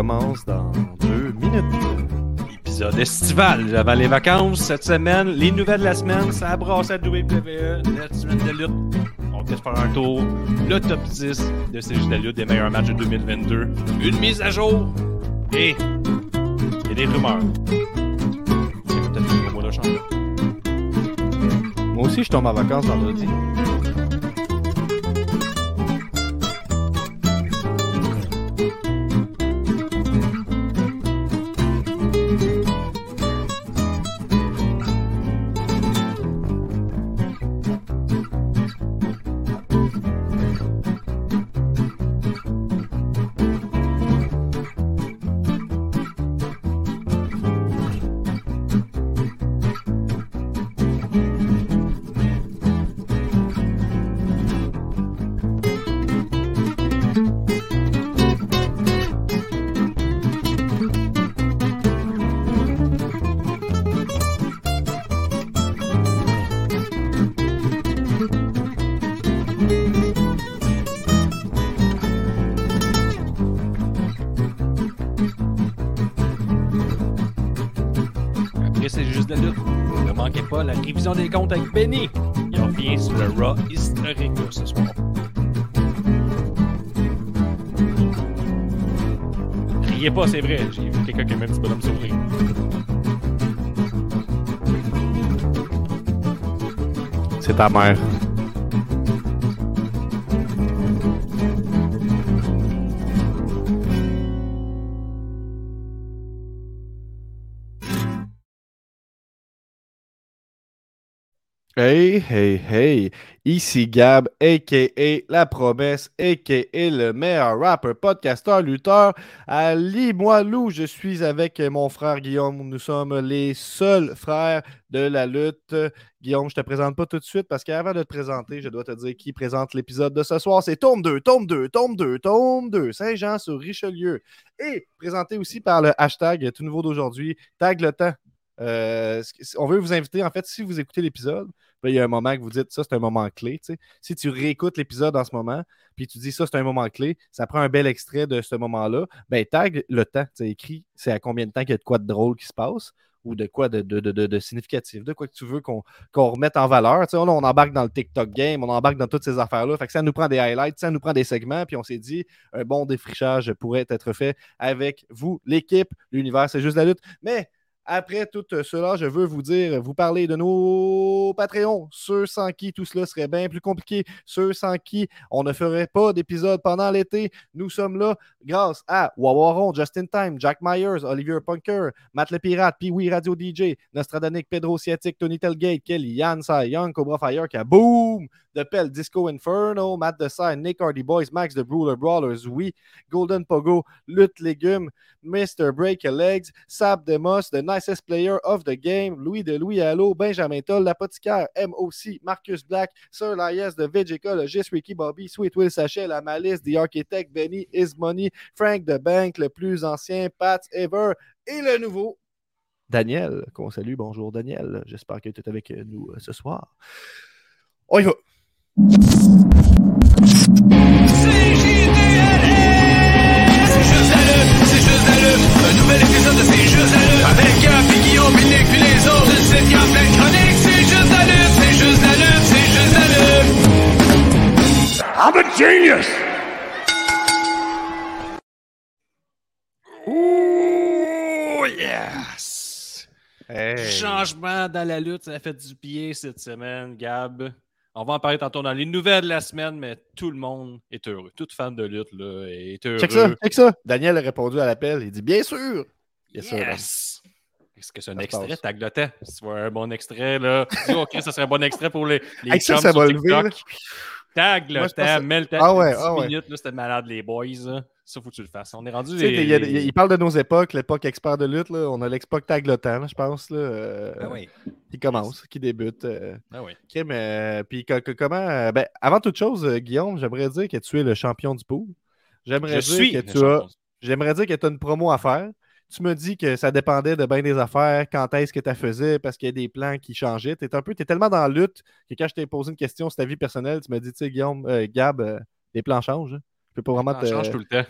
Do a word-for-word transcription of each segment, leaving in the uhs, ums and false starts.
commence dans deux minutes. Épisode estival avant les vacances. Cette semaine, les nouvelles de la semaine, ça a brassé à W W E, la semaine de lutte. On va peut-être faire un tour, le top dix de ces jeux de lutte des meilleurs matchs de deux mille vingt-deux. Une mise à jour et il y a des rumeurs. Il y a peut-être une promo de champion. Moi aussi, je tombe en vacances vendredi. C'est juste de la lutte. Ne manquez pas la révision des comptes avec Benny. Il revient sur le Raw historique ce soir. Riez pas, c'est vrai. J'ai vu quelqu'un qui a mis un petit bonhomme sourire. C'est ta mère. Hey, hey, hey, ici Gab, a k a. La Promesse, a k a le meilleur rappeur, podcasteur, lutteur. À Limoilou, je suis avec mon frère Guillaume. Nous sommes les seuls frères de la lutte. Guillaume, je te présente pas tout de suite parce qu'avant de te présenter, je dois te dire qui présente l'épisode de ce soir. C'est Tome deux, Tome deux, Tome deux, Tome deux, Saint-Jean sur Richelieu. Et présenté aussi par le hashtag tout nouveau d'aujourd'hui, Tag le temps. Euh, on veut vous inviter, en fait, si vous écoutez l'épisode, là, il y a un moment que vous dites ça, c'est un moment clé. T'sais. Si tu réécoutes l'épisode en ce moment, puis tu dis ça, c'est un moment clé, ça prend un bel extrait de ce moment-là, ben tag le temps. Tu écrit, c'est à combien de temps qu'il y a de quoi de drôle qui se passe ou de quoi de, de, de, de, de significatif, de quoi que tu veux qu'on, qu'on remette en valeur. T'sais, on, on embarque dans le TikTok game, on embarque dans toutes ces affaires-là. Fait que ça nous prend des highlights, ça nous prend des segments, puis on s'est dit un bon défrichage pourrait être fait avec vous, l'équipe, l'univers, c'est juste la lutte. Mais après tout cela, je veux vous dire, vous parler de nos Patreons, ceux sans qui tout cela serait bien plus compliqué, ceux sans qui on ne ferait pas d'épisode pendant l'été. Nous sommes là grâce à Wawaron, Justin Time, Jack Myers, Olivier Punker, Matt le Pirate, Pee-Wee Radio D J, Nostradanic, Pedro Sciatic, Tony Telgate, Kelly, Yann Sai, Young, Cobra Fire, qui a boom! De Pelle, Disco Inferno, Matt Desai, Nick Hardy Boys, Max the Brawler Brawlers, oui, Golden Pogo, Lutte Légumes, mister Break a Legs, Sab Demos, The Nicest Player of the Game, Louis de Louis Allo, Benjamin Toll, L'Apothicaire, M O C, Marcus Black, Sir Lias, The Vegeka, le Gis, Ricky Bobby, Sweet Will Sachet, La Malice, The Architect, Benny, Is Money, Frank the Bank, le plus ancien, Pat Ever, et le nouveau, Daniel, qu'on salue. Bonjour Daniel, j'espère que tu es avec nous euh, ce soir. On y va! C J D L S C'est juste la lutte, c'est juste la lutte. Un nouvel épisode de C'est juste la lutte. Avec Gab, puis Guillaume, puis Nick, puis les autres. Le site, y a plein de chroniques. C'est juste la lutte, c'est juste la lutte, c'est juste la lutte. I'm a genius! Oh yes! Hey. Changement dans la lutte, ça a fait du pied cette semaine, Gab. On va en parler tantôt dans les nouvelles de la semaine, mais tout le monde est heureux. Toute fan de lutte là, est heureux. Check ça, check ça. Daniel a répondu à l'appel. Il dit bien sûr. Yes! sûr, Est-ce que c'est un ça extrait? passe. Tag le temps. Si tu vois un bon extrait, là. Dis, OK, ça serait un bon extrait pour les, les Hey, ça, chums ça sur va TikTok. lever, là. Tag le Moi, je temps, pense que- mets le temps. Ah ouais, dix ah ouais. minutes, là, c'était malade, les boys. Là. Ça, faut que tu le fasses. On est rendu Tu sais, les... il, y a- il parle de nos époques, l'époque expert de lutte. Là. On a l'expoque Taglotan, là, je pense. Là, euh, Ah oui. qui commence, qui débute. euh. Ah oui. Ok, mais euh, puis que- que- comment. euh, ben, avant toute chose, euh, Guillaume, j'aimerais dire que tu es le champion du pool. J'aimerais Je dire suis que le tu as. champion. J'aimerais dire que tu as une promo à faire. Tu me dis que ça dépendait de bien des affaires, quand est-ce que tu faisais, parce qu'il y a des plans qui changeaient. Tu es un peu, t'es tellement dans la lutte que quand je t'ai posé une question sur ta vie personnelle, tu m'as dit, tu sais, Guillaume, euh, Gab, euh, les plans changent. Hein. Je peux pas vraiment On te. change tout le temps.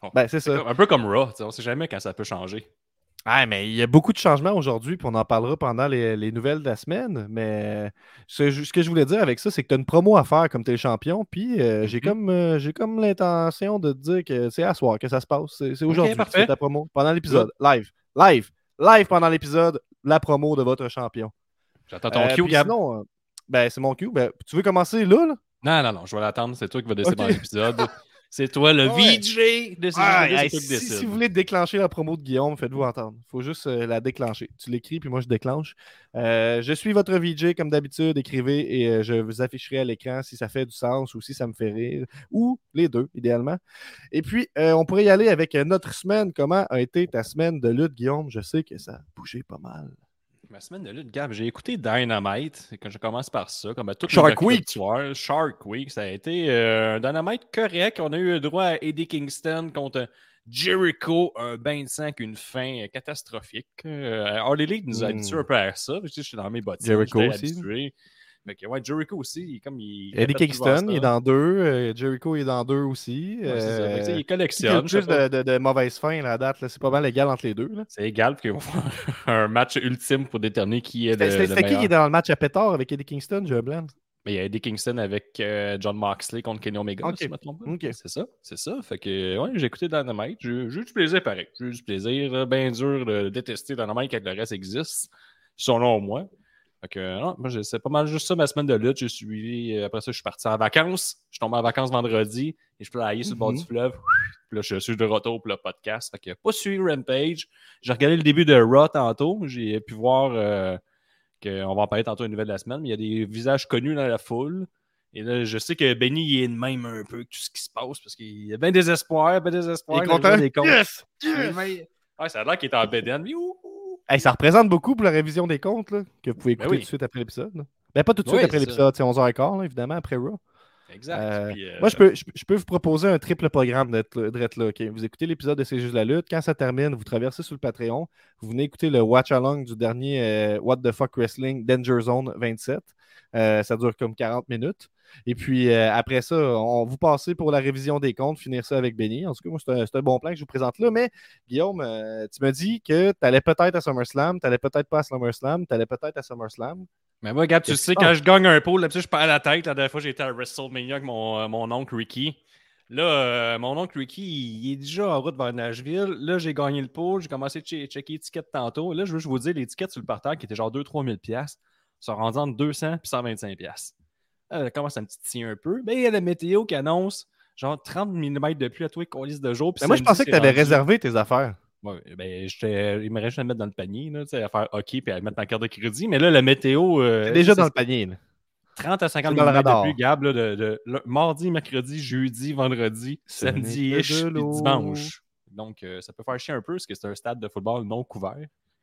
Ben, c'est ça. Un peu comme Raw, on sait jamais quand ça peut changer. Ah, mais il y a beaucoup de changements aujourd'hui, puis on en parlera pendant les, les nouvelles de la semaine. Mais ce, ce que je voulais dire avec ça, c'est que tu as une promo à faire comme tu es le champion, puis euh, mm-hmm. j'ai comme, euh, j'ai comme l'intention de te dire que c'est à soir que ça se passe. C'est, c'est aujourd'hui okay, que tu fais ta promo, pendant l'épisode. Live, live, live pendant l'épisode, la promo de votre champion. J'attends ton cue, euh, Gab. Sinon, euh, ben, c'est mon cue. Ben, tu veux commencer là, là? Non, non, non, je vais l'attendre. C'est toi qui vas décider okay. dans l'épisode. C'est toi le ouais. V J de ce ah, jeu. hey, si, si vous voulez déclencher la promo de Guillaume, faites-vous entendre. Il faut juste euh, la déclencher. Tu l'écris, puis moi, je déclenche. Euh, je suis votre V J, comme d'habitude. Écrivez et euh, je vous afficherai à l'écran si ça fait du sens ou si ça me fait rire. Ou les deux, idéalement. Et puis, euh, on pourrait y aller avec notre semaine. Comment a été ta semaine de lutte, Guillaume? Je sais que ça a bougé pas mal. Ma semaine de lutte, Gab, j'ai écouté Dynamite, quand je commence par ça, comme à toutes Shark les Week. Soir, Shark Week, ça a été euh, un Dynamite correct. On a eu droit à Eddie Kingston contre Jericho, un bain de sang avec une fin catastrophique. Euh, Harley Elite nous a mm. habitués un peu à ça. Je suis dans mes bottines. Jericho aussi. Habitué. Mais que, ouais, Jericho aussi, il, comme il, Eddie Kingston, il est dans deux. Euh, Jericho est dans deux aussi. Ouais, euh, ça, il collectionne. Il y a plus de, de, de mauvaises fins là, à date. Là. C'est pas mal égal entre les deux. Là. C'est égal, parce qu'ils vont faire un match ultime pour déterminer qui est le, C'était, c'était le qui qui est dans le match à pétard avec Eddie Kingston, je blanc? Mais il y a Eddie Kingston avec euh, John Moxley contre Kenny Omega, okay. si je me trompe pas. Okay. C'est ça, c'est ça. Fait que, ouais, j'ai écouté Dynamite. J'ai, j'ai eu du plaisir pareil. J'ai eu du plaisir. Bien dur de détester Dynamite quand le reste existe, selon moi. Fait que, non, moi, c'est pas mal juste ça ma semaine de lutte. J'ai suivi, après ça, je suis parti en vacances. Je suis tombé en vacances vendredi et je peux aller sur le bord mm-hmm. du fleuve. Puis là, je suis de retour pour le podcast. Fait que, pas suivi Rampage. J'ai regardé le début de Raw tantôt. J'ai pu voir euh, qu'on va en parler tantôt une nouvelle de la semaine, mais il y a des visages connus dans la foule. Et là, je sais que Benny il est de même un peu tout ce qui se passe parce qu'il y a bien des espoirs, bien des espoirs. Il est content. Des yes! yes! Ouais, ça a l'air qu'il est en bédaine. Hey, ça représente beaucoup pour la révision des comptes là, que vous pouvez écouter ben oui. tout de suite après l'épisode. Là. Ben, pas tout de suite oui, après l'épisode, c'est onze heures quinze, là, évidemment, après Raw. Exact. Euh, Puis, euh... Moi, je peux, je, je peux vous proposer un triple programme d'être, d'être là. Okay? Vous écoutez l'épisode de C'est juste la lutte. Quand ça termine, vous traversez sur le Patreon. Vous venez écouter le watch-along du dernier euh, What the Fuck Wrestling Danger Zone vingt-sept. Euh, ça dure comme quarante minutes. Et puis, euh, après ça, on vous passez pour la révision des comptes, finir ça avec Benny. En tout cas, moi, c'est un, c'est un bon plan que je vous présente là. Mais, Guillaume, euh, tu me dis que tu allais peut-être à SummerSlam, tu allais peut-être pas à SummerSlam, tu allais peut-être à SummerSlam. Mais moi, Gab, tu Qu'est-ce sais, quand je gagne un pôle, là-dessus, je perds la tête. La dernière fois, j'étais à WrestleMania avec mon, euh, mon oncle Ricky. Là, euh, mon oncle Ricky, il, il est déjà en route vers Nashville. Là, j'ai gagné le pôle. J'ai commencé à ch- checker l'étiquette tantôt. Là, je veux juste vous dire, l'étiquette sur le parterre qui était genre deux à trois mille dollars sont rendues entre deux cents et cent vingt-cinq dollars. Elle commence à me titiller un peu. Mais il y a la météo qui annonce genre trente millimètres de pluie à tous les colis de jour. Mais moi, je pensais que tu avais rendu... réservé tes affaires. Ouais, ben, il me reste à mettre dans le panier, là, à faire hockey et à mettre ma carte de crédit. Mais là, la météo. Euh, c'est déjà dans le panier. Là. trente à cinquante millimètres de pluie, Gab, là, de, de, de mardi, mercredi, jeudi, vendredi, samedi-ish et dimanche. Donc, euh, ça peut faire chier un peu parce que c'est un stade de football non couvert.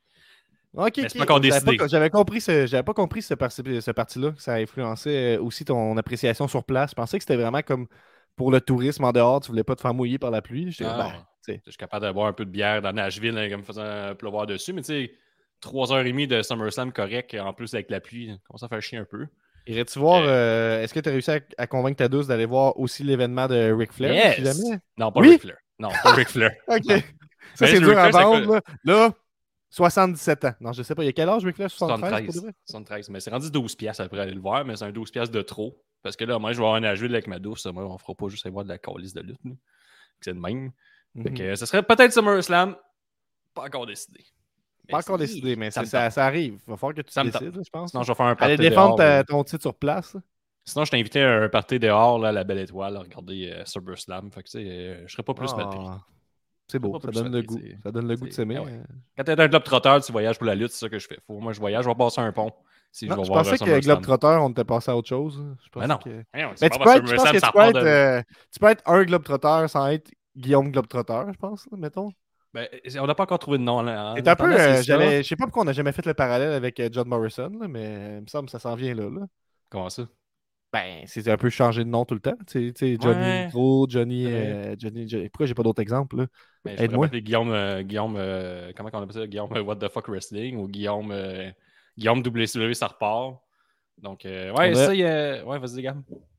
Ok, okay. J'avais, pas, j'avais, compris ce, j'avais pas compris ce, ce parti-là, que ça influençait aussi ton appréciation sur place. Je pensais que c'était vraiment comme pour le tourisme en dehors, tu voulais pas te faire mouiller par la pluie. Je, ah, ben, je suis capable d'avoir un peu de bière dans Nashville, hein, comme me faisant pleuvoir dessus, mais tu sais, trois heures et demie de SummerSlam correct, en plus avec la pluie, ça commence à faire chier un peu. Irais-tu voir, euh... Euh, est-ce que tu as réussi à, à convaincre ta douce d'aller voir aussi l'événement de Ric Flair? Yes. Si jamais? Non, pas oui? Ric Flair. Non, pas Ric Flair. Ok. Non. Ça, mais c'est dur à vendre. Là. là, soixante-dix-sept ans. Non, je sais pas. Il y a quel âge, Ric Flair? soixante-treize. soixante-treize. Mais c'est rendu douze piastres après aller le voir, mais c'est un douze piastres de trop. Parce que là, moi, je vais avoir un Nashville avec ma douce. Moi, on fera pas juste aller voir de la calice de lutte. Nous. C'est de même. Mm-hmm. Fait que ce serait peut-être SummerSlam. Pas encore décidé. Pas encore si, décidé, mais ça, ça, ça arrive. Il va falloir que tu ça décides, je pense. Sinon, je vais faire un party aller défendre dehors, ta, ton titre sur place. Sinon, je t'ai invité à un party dehors, là, à la Belle Étoile, à regarder euh, SummerSlam. Fait que, tu sais, euh, je serais pas plus oh. mal pris. C'est beau, ça donne, goût. ça donne le goût. Ça donne le goût de s'aimer. Ah ouais. Quand t'es un globe-trotteur, tu voyages pour la lutte, c'est ça que je fais. Faut, moi, je voyage, je vais passer un pont. Si non, je, vais je voir pensais que globe-trotteur, on était passé à autre chose. Je mais non. Que... Mais non mais tu peux être, je pense que tu peux être, de... euh, tu peux être un globe-trotteur sans être Guillaume Globe-trotteur, je pense, là, mettons. Ben, on n'a pas encore trouvé de nom. Là. C'est un peu, euh, je sais pas pourquoi on n'a jamais fait le parallèle avec euh, John Morrison, là, mais il me semble que ça s'en vient là, là. Comment ça? Ben, c'est un peu changé de nom tout le temps. Tu sais, Johnny ouais. Gros, Johnny, euh, Johnny, Johnny. Pourquoi j'ai pas d'autres exemples? Là? Ben, je pourrais Guillaume, euh, Guillaume euh, comment on appelle ça? Guillaume euh, What the Fuck Wrestling ou Guillaume, euh, Guillaume W C W, ça repart. Donc, euh, ouais, a... ça, y a... ouais, vas-y, Guillaume.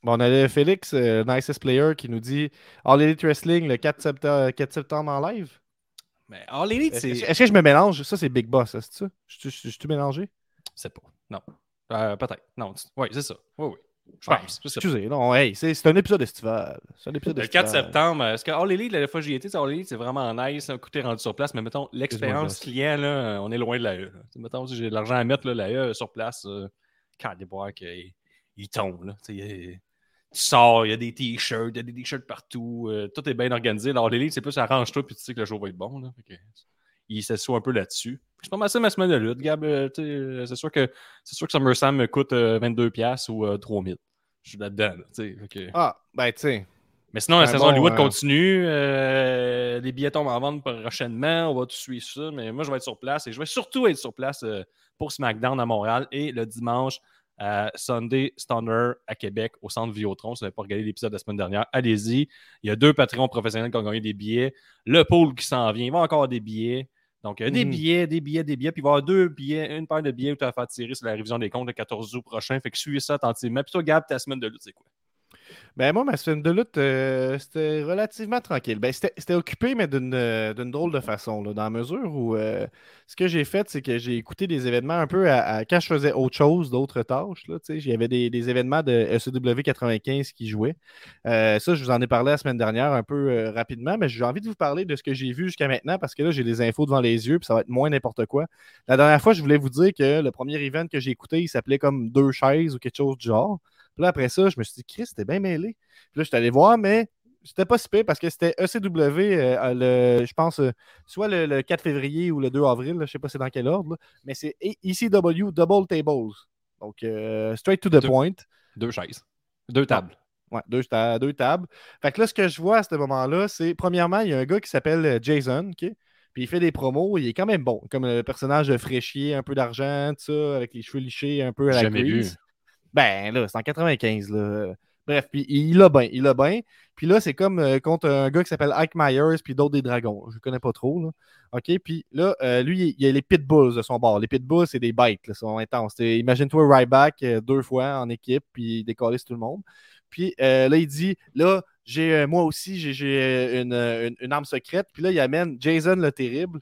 Bon, on a Félix, euh, Nicest Player, qui nous dit All Elite Wrestling le quatre septembre, quatre septembre en live. Mais All Elite, Est-ce, c'est. est-ce que je me mélange? Ça, c'est Big Boss, c'est ça? Je suis tout mélangé? Je sais pas. Non. Euh, peut-être. Non. Oui, c'est ça. Oui, oui. Je Ouais, pense. Je sais excusez, non, hey, c'est, c'est un épisode estival. C'est un épisode Le estival. quatre septembre, est-ce que All Elite, la fois que j'y étais, All Elite, c'est vraiment nice, un coup t'es rendu sur place, mais mettons, l'expérience client, là, on est loin de la E. Là. Mettons, si j'ai de l'argent à mettre, là, la E sur place, euh, quand des bois qu'il il tombe. Là, tu sors, il y a des t-shirts, il y a des t-shirts partout, euh, tout est bien organisé. Alors, All Elite, c'est plus arrange-toi, puis tu sais que le show va être bon. Là, fait que, il s'assoit un peu là-dessus. C'est pas mal ça ma semaine de lutte, Gab. Euh, c'est, sûr que, c'est sûr que SummerSlam me coûte euh, vingt-deux dollars ou euh, trois mille. Je suis là-dedans. Là, okay. Ah, ben tu sais. Mais sinon, la saison bon, Hollywood euh... continue. Euh, les billets tombent en vente prochainement. On va tout suivre ça. Mais moi, je vais être sur place. Et je vais surtout être sur place euh, pour SmackDown à Montréal. Et le dimanche, à Sunday Stunner à Québec, au centre Vidéotron. Si vous n'avez pas regardé l'épisode de la semaine dernière, allez-y. Il y a deux Patreons professionnels qui ont gagné des billets. Le pool qui s'en vient. Il va encore des billets. Donc, il y a des mm-hmm. billets, des billets, des billets. Puis il va y avoir deux billets, une paire de billets où tu vas faire tirer sur la révision des comptes le quatorze août prochain. Fait que suivez ça attentivement. Puis toi, Gab, ta semaine de lutte, c'est quoi? Ben moi, ma semaine de lutte, euh, c'était relativement tranquille. Ben, c'était, c'était occupé, mais d'une, euh, d'une drôle de façon, là, dans la mesure où euh, ce que j'ai fait, c'est que j'ai écouté des événements un peu à, à, quand je faisais autre chose, d'autres tâches. Là, il y avait des, des événements de S C W quatre-vingt-quinze qui jouaient. Euh, ça, je vous en ai parlé la semaine dernière un peu euh, rapidement, mais j'ai envie de vous parler de ce que j'ai vu jusqu'à maintenant parce que là, j'ai des infos devant les yeux puis ça va être moins n'importe quoi. La dernière fois, je voulais vous dire que le premier event que j'ai écouté, il s'appelait comme Deux chaises ou quelque chose du genre. Puis là, après ça, je me suis dit, Chris, c'était bien mêlé. Puis là, je suis allé voir, mais c'était pas si pire parce que c'était E C W, euh, le, je pense, euh, soit le, le quatre février ou le deux avril, là, je sais pas c'est dans quel ordre, là, mais c'est E C W Double Tables. Donc, euh, straight to the deux, point. Deux chaises. Deux tables. Ouais, deux, deux tables. Fait que là, ce que je vois à ce moment-là, c'est, premièrement, il y a un gars qui s'appelle Jason, OK? Puis il fait des promos, il est quand même bon. Comme le personnage de fraîchier, un peu d'argent, tout ça, avec les cheveux lichés, un peu à la Jamais Grease. vu. Ben là, c'est en quatre-vingt-quinze, là. Bref, puis il a bien, il a bien. Puis là, c'est comme euh, contre un gars qui s'appelle Ike Myers, puis d'autres des dragons. Je ne connais pas trop, là. OK, puis là, euh, lui, il y a les pitbulls de son bord. Les pitbulls, c'est des bikes, là, ils sont intenses. C'est, imagine-toi Ryback euh, deux fois en équipe, puis il décolle tout le monde. Puis euh, là, il dit, là, j'ai, euh, moi aussi, j'ai, j'ai une, une, une arme secrète. Puis là, il amène Jason le Terrible.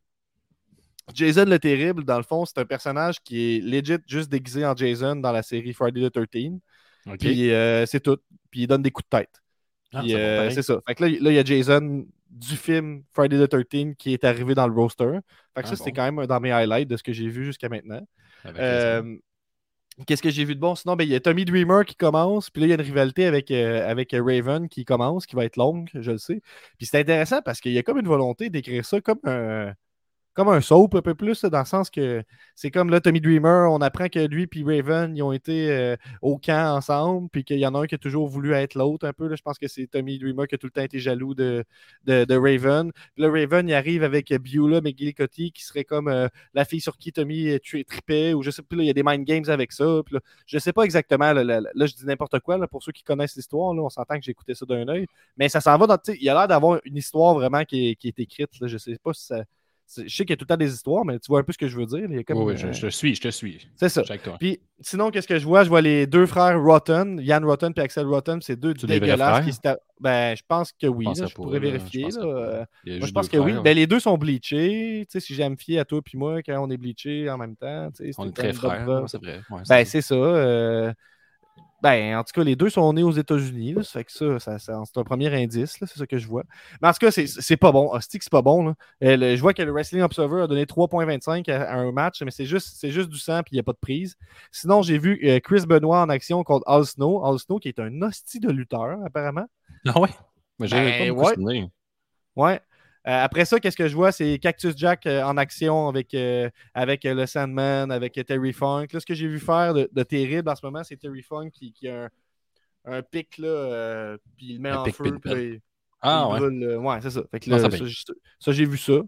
Jason le Terrible, dans le fond, c'est un personnage qui est legit juste déguisé en Jason dans la série Friday the thirteenth. Okay. Puis euh, c'est tout. Puis il donne des coups de tête. Puis, ah, euh, c'est ça. Fait que là, là, il y a Jason du film Friday the thirteenth qui est arrivé dans le roster. Fait que ah, ça, bon. C'était quand même dans mes highlights de ce que j'ai vu jusqu'à maintenant. Euh, qu'est-ce que j'ai vu de bon? Sinon, ben, il y a Tommy Dreamer qui commence. Puis là, il y a une rivalité avec, euh, avec Raven qui commence, qui va être longue, je le sais. Puis c'est intéressant parce qu'il y a comme une volonté d'écrire ça comme un... comme un soap un peu plus, là, dans le sens que c'est comme là, Tommy Dreamer, on apprend que lui et Raven, ils ont été euh, au camp ensemble, puis qu'il y en a un qui a toujours voulu être l'autre un peu. Là. Je pense que c'est Tommy Dreamer qui a tout le temps été jaloux de, de, de Raven. Puis là, Raven, il arrive avec Beulah McGillicuddy, qui serait comme euh, la fille sur qui Tommy tripait, ou je sais plus, là, il y a des mind games avec ça. Puis là, je sais pas exactement, là, là, là je dis n'importe quoi, là, pour ceux qui connaissent l'histoire, là, on s'entend que j'ai écouté ça d'un œil, mais ça s'en va dans, il y a l'air d'avoir une histoire vraiment qui est, qui est écrite, là. Je sais pas si ça... Je sais qu'il y a tout le temps des histoires, mais tu vois un peu ce que je veux dire. Il y a comme, oui, oui euh... je, je te suis, je te suis. C'est ça. Puis sinon, qu'est-ce que je vois? Je vois les deux frères Rotten, Ian Rotten et Axel Rotten, c'est deux tu dégueulasses qui se tapent. Ben, je pense que oui. Je, là, je pourrais là, vérifier. Je là. Moi, je pense que frères, oui. Ben, les deux sont bleachés. Tu sais, si j'aime fier à toi et moi, quand on est bleachés en même temps. On est très frères, ouais, c'est vrai. Ouais, c'est ben, c'est ça. Euh... Ben, en tout cas, les deux sont nés aux États-Unis. Là, ça fait que ça, ça, ça c'est un premier indice. Là, c'est ça que je vois. Mais en tout cas, c'est, c'est pas bon. Hostie que c'est pas bon. Là. Euh, le, je vois que le Wrestling Observer a donné trois virgule vingt-cinq à, à un match, mais c'est juste, c'est juste du sang et il n'y a pas de prise. Sinon, j'ai vu euh, Chris Benoit en action contre Al Snow. Al Snow qui est un hostie de lutteur, apparemment. Ah ouais? Mais j'ai ben, pas beaucoup ouais. souvenir. Ouais. Euh, après ça, qu'est-ce que je vois? C'est Cactus Jack euh, en action avec, euh, avec euh, le Sandman, avec euh, Terry Funk. Là, ce que j'ai vu faire de, de terrible en ce moment, c'est Terry Funk qui, qui a un un pic, là, euh, puis il le met un en pic, feu, puis là, il, ah, il ouais. brûle. Euh, ouais, c'est ça. Fait que là, non, ça, ça, ça, ça, j'ai vu ça.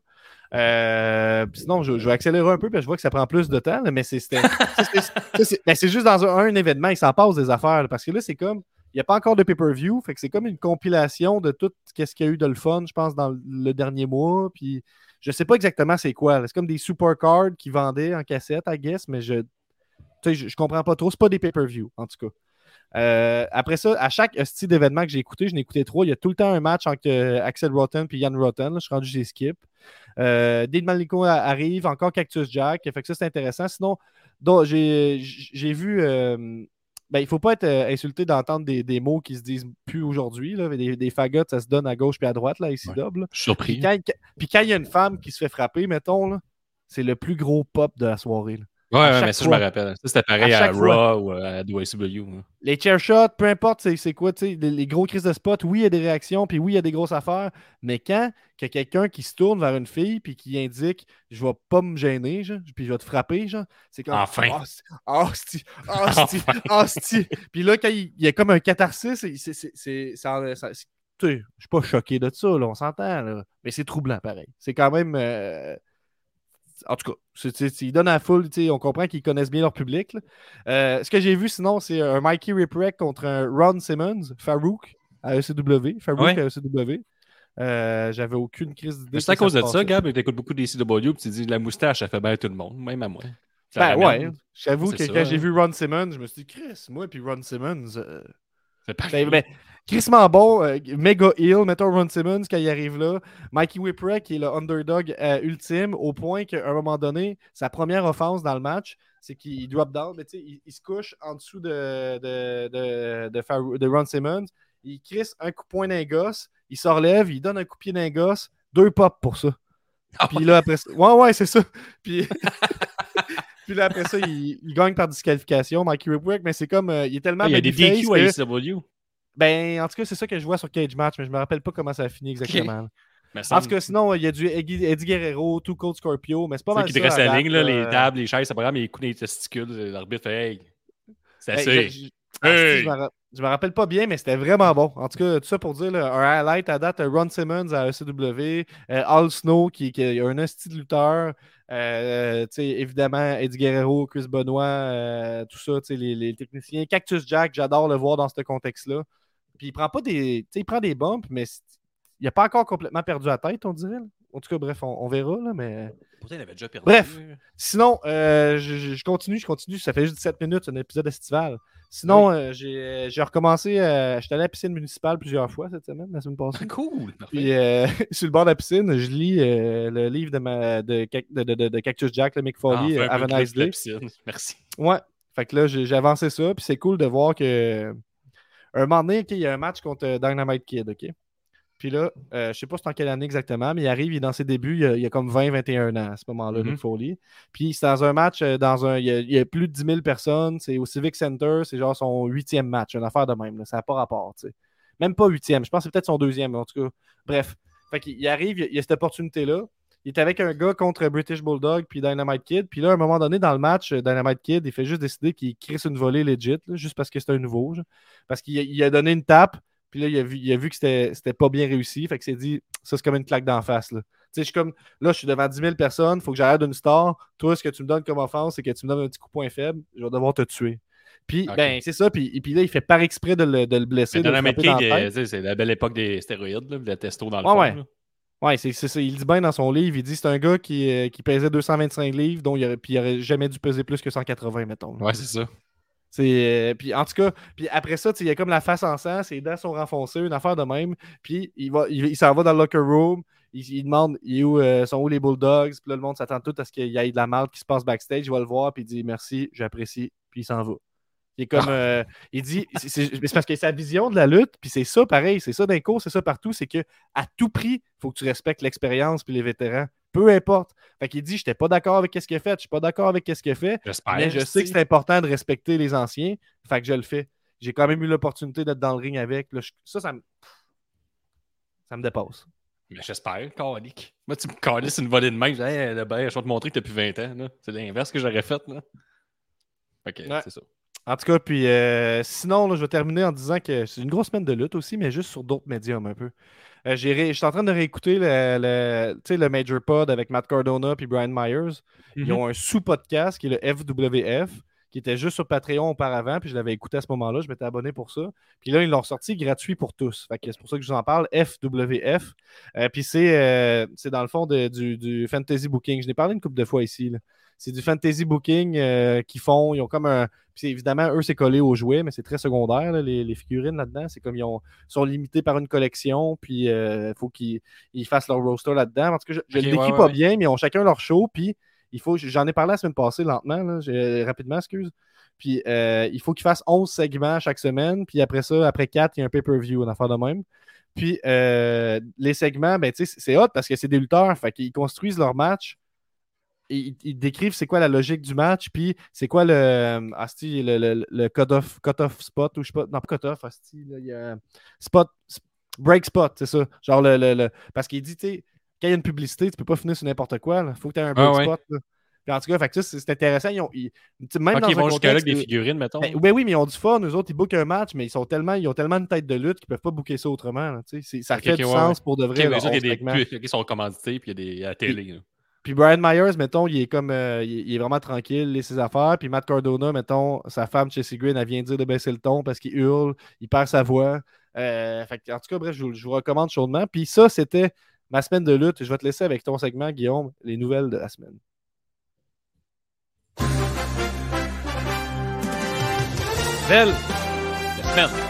Euh, sinon, je, je vais accélérer un peu, parce que je vois que ça prend plus de temps, là, mais c'est, c'était, ça, c'est, ça, c'est, ben, c'est juste dans un, un événement, il s'en passe des affaires, là, parce que là, c'est comme, il n'y a pas encore de pay-per-view, fait que c'est comme une compilation de tout ce qu'il y a eu de le fun, je pense, dans le dernier mois, puis je sais pas exactement c'est quoi. Là. C'est comme des supercards qui vendaient en cassette, I guess, mais je, je, je comprends pas trop. C'est pas des pay-per-view, en tout cas. Euh, après ça, à chaque style d'événement que j'ai écouté, je n'ai écouté trois. Il y a tout le temps un match entre euh, Axel Rotten et Ian Rotten. Là, je suis rendu, j'ai skip. Euh, Dean Malenko arrive, encore Cactus Jack. Fait que ça, c'est intéressant. Sinon, donc, j'ai, j'ai vu. Euh, ben, il ne faut pas être euh, insulté d'entendre des, des mots qui se disent plus aujourd'hui. Là. Des, des fagots, ça se donne à gauche puis à droite, là, ici, Ouais. double. Je suis surpris. Puis quand, puis quand il y a une femme qui se fait frapper, mettons, là, c'est le plus gros pop de la soirée. Là. Ouais, ouais chaque mais ça, fois. je me rappelle. Ça, c'était pareil À à, chaque fois. Raw ou à W C W. Hein. Les chair shots, peu importe c'est, c'est quoi, tu sais, les, les gros crises de spot, oui, il y a des réactions, puis oui, il y a des grosses affaires, mais quand il y a quelqu'un qui se tourne vers une fille puis qui indique « Je vais pas me gêner, genre, puis je vais te frapper », genre, c'est comme Enfin. « Ah, hostie, ah, hostie, ah, hostie. » Puis là, quand il, il y a comme un catharsis, c'est, c'est, c'est, c'est, ça, ça, c'est, tu sais, je suis pas choqué de ça, là, on s'entend, là, mais c'est troublant, pareil. C'est quand même... Euh, en tout cas, c'est, c'est, ils donnent à la foule, on comprend qu'ils connaissent bien leur public. Euh, ce que j'ai vu sinon, c'est un Mikey Ripwreck contre un Ron Simmons, Farouk à E C W. Farouk ouais. à E C W. Euh, j'avais aucune crise d'idée. C'est à cause ça de ça, Gab, tu écoutes beaucoup des C W et tu dis la moustache, ça fait bien tout le monde, même à moi. Ben ouais, j'avoue c'est que ça, quand hein. j'ai vu Ron Simmons, je me suis dit, Chris, moi puis Ron Simmons. Euh... C'est pareil. Ben, ben, crissement bon, euh, méga heel, mettons Ron Simmons quand il arrive là. Mikey Whipwreck qui est le underdog euh, ultime au point qu'à un moment donné, sa première offense dans le match, c'est qu'il drop down, mais il, il se couche en dessous de, de, de, de, de, de Ron Simmons. Il crisse un coup de poing d'un gosse, il se relève, il donne un coup de pied d'un gosse, deux pops pour ça. Ah Puis ouais. là, après ça, ouais, ouais, c'est ça. Puis. Puis là, après ça, il, il gagne par disqualification, Mikey Whipwreck, mais c'est comme. Euh, il est tellement. Ah, il y a des D Q à E C W. Ben, en tout cas, c'est ça que je vois sur Cage Match, mais je me rappelle pas comment ça a fini exactement. Okay. Mais en tout cas, sinon, il y a du Eddie, Eddie Guerrero, Too Cold Scorpio, mais c'est pas mal qui ça. Qui dresse la ligne, là, euh... les tables, les chaises, c'est pas grave, mais il coupe les testicules, l'arbitre fait « Hey, c'est assez. Ben, » je, je, hey. je, me ra- je me rappelle pas bien, mais c'était vraiment bon. En tout cas, tout ça pour dire, là, un highlight à date, Ron Simmons à E C W, euh, Al Snow, qui, qui a un hostie de lutteur, euh, évidemment, Eddie Guerrero, Chris Benoit, euh, tout ça, les, les techniciens. Cactus Jack, j'adore le voir dans ce contexte-là. Puis il prend pas des. il prend des bumps, mais il n'a pas encore complètement perdu la tête, on dirait. Là. En tout cas, bref, on, on verra, là, mais. Pourtant, il avait déjà perdu. Bref. Sinon, euh, je, je continue, je continue. Ça fait juste dix-sept minutes, un épisode estival. Sinon, oui. euh, j'ai, j'ai recommencé. Euh, J'étais allé à la piscine municipale plusieurs fois cette semaine, la semaine passée. Cool. Puis euh, sur le bord de la piscine, je lis euh, le livre de, ma, de, de, de, de, de Cactus Jack, le Mick Foley, ah, Have a Nice Day. Merci. Ouais. Fait que là, j'ai, j'ai avancé ça, puis c'est cool de voir que. Un moment donné, okay, il y a un match contre Dynamite Kid, OK? Puis là, euh, je sais pas c'est en quelle année exactement, mais il arrive, il est dans ses débuts, il a, il a comme vingt vingt et un ans à ce moment-là, mm-hmm. Mick Foley. Puis c'est dans un match, dans un, il y a, il y a plus de dix mille personnes, c'est au Civic Center, c'est genre son huitième match, une affaire de même, là, ça n'a pas rapport, tu sais. Même pas huitième, je pense que c'est peut-être son deuxième, mais en tout cas, bref. Fait qu'il il arrive, il y a cette opportunité-là. Il est avec un gars contre British Bulldog puis Dynamite Kid. Puis là, à un moment donné, dans le match, Dynamite Kid, il fait juste décider qu'il crisse une volée legit, là, juste parce que c'est un nouveau. Genre. Parce qu'il a, il a donné une tape, puis là, il a vu, il a vu que c'était, c'était pas bien réussi. Fait qu'il s'est dit, ça, c'est comme une claque d'en face. Là. Tu sais, je suis comme, là, je suis devant dix mille personnes, il faut que j'arrête d'une star. Toi, ce que tu me donnes comme offense, c'est que tu me donnes un petit coup de poing faible, je vais devoir te tuer. Puis, okay. ben, c'est ça. Puis, et puis là, il fait par exprès de le, de le blesser. Mais Dynamite Kid, c'est la belle époque des stéroïdes, là, de testo dans le ouais, fond. Ouais. Là. Oui, c'est, c'est ça. Il dit bien dans son livre. Il dit c'est un gars qui, euh, qui pesait deux cent vingt-cinq livres, dont il aurait, puis il aurait jamais dû peser plus que cent quatre-vingts, mettons. Ouais, c'est ça. C'est, euh, puis en tout cas, puis après ça, il y a comme la face en sang, ses dents sont renfoncées, une affaire de même. Puis il, va, il, il s'en va dans le locker room. Il, il demande il est où, euh, sont où les Bulldogs. Puis là, le monde s'attend tout à ce qu'il y ait de la merde qui se passe backstage. Il va le voir, puis il dit merci, j'apprécie. Puis il s'en va. Il est comme, euh, il dit, c'est, c'est, c'est parce que c'est sa vision de la lutte, puis c'est ça pareil, c'est ça d'un cours, c'est ça partout, c'est que à tout prix, il faut que tu respectes l'expérience puis les vétérans, peu importe. Fait qu'il dit, je n'étais pas d'accord avec ce qu'il a fait, je suis pas d'accord avec ce qu'il a fait, J'espère, mais je sais que c'est important de respecter les anciens, fait que je le fais. J'ai quand même eu l'opportunité d'être dans le ring avec, là, je, ça, ça me, ça me dépasse. Mais j'espère, calique. Moi, tu me calisses une volée de main, je dis, hey, ben, je vais te montrer que tu as plus vingt ans, là. C'est l'inverse que j'aurais fait, là. Ok, ouais. C'est ça. En tout cas, puis euh, sinon, là, je vais terminer en disant que c'est une grosse semaine de lutte aussi, mais juste sur d'autres médiums un peu. Euh, j'ai ré... Je suis en train de réécouter le, le, le Major Pod avec Matt Cardona et Brian Myers. Mm-hmm. Ils ont un sous-podcast qui est le F W F, qui était juste sur Patreon auparavant, puis je l'avais écouté à ce moment-là, je m'étais abonné pour ça. Puis là, ils l'ont sorti gratuit pour tous. Fait que c'est pour ça que je vous en parle, F W F. Euh, puis c'est, euh, c'est dans le fond de, du, du fantasy booking. Je l'ai parlé une couple de fois ici, là. c'est du fantasy booking euh, qu'ils font. Ils ont comme un. Puis évidemment, eux, c'est collé aux jouets, mais c'est très secondaire, là, les, les figurines là-dedans. C'est comme ils ont, sont limités par une collection, puis il euh, faut qu'ils ils fassent leur roster là-dedans. En tout cas, je ne okay, le décris ouais, pas ouais. bien, mais ils ont chacun leur show, puis il faut. J'en ai parlé la semaine passée lentement, là, rapidement, excuse. Puis euh, il faut qu'ils fassent onze segments chaque semaine, puis après ça, après quatre, il y a un pay-per-view, une affaire de même. Puis euh, les segments, ben, c'est hot parce que c'est des lutteurs. Fait qu'ils construisent leur match. Et ils, ils décrivent c'est quoi la logique du match. Puis c'est quoi le, asti, le, le, le cut-off, cut-off spot. Ou je sais pas. Non, pas cut-off. Asti, là, il y a spot. Break spot, c'est ça. Genre le. le, le parce qu'il dit, tu sais, quand il y a une publicité, tu peux pas finir sur n'importe quoi. Il faut que tu aies un break ah, ouais. spot. Là. Puis en tout cas, fait c'est intéressant. Ils ont, ils, même okay, dans ils vont jusqu'à là avec de... des figurines, mettons. Ben, ben oui, mais ils ont du fun. Eux autres, ils bookent un match, mais ils, sont tellement, ils ont tellement une tête de lutte qu'ils peuvent pas booker ça autrement. Là, ça okay, fait okay, du ouais, sens ouais. pour de vrai. Okay, là, les autres, il y a des qui sont commandités puis il y a des à la télé. Puis, puis Brian Myers, mettons, il est comme euh, il, il est vraiment tranquille, il a ses affaires. Puis Matt Cardona, mettons, sa femme Chelsea Green, elle vient dire de baisser le ton parce qu'il hurle, il perd sa voix. Euh, fait, en tout cas, bref, je, je vous recommande chaudement. Puis ça, c'était ma semaine de lutte. Je vais te laisser avec ton segment, Guillaume, les nouvelles de la semaine. Nouvelle de la semaine.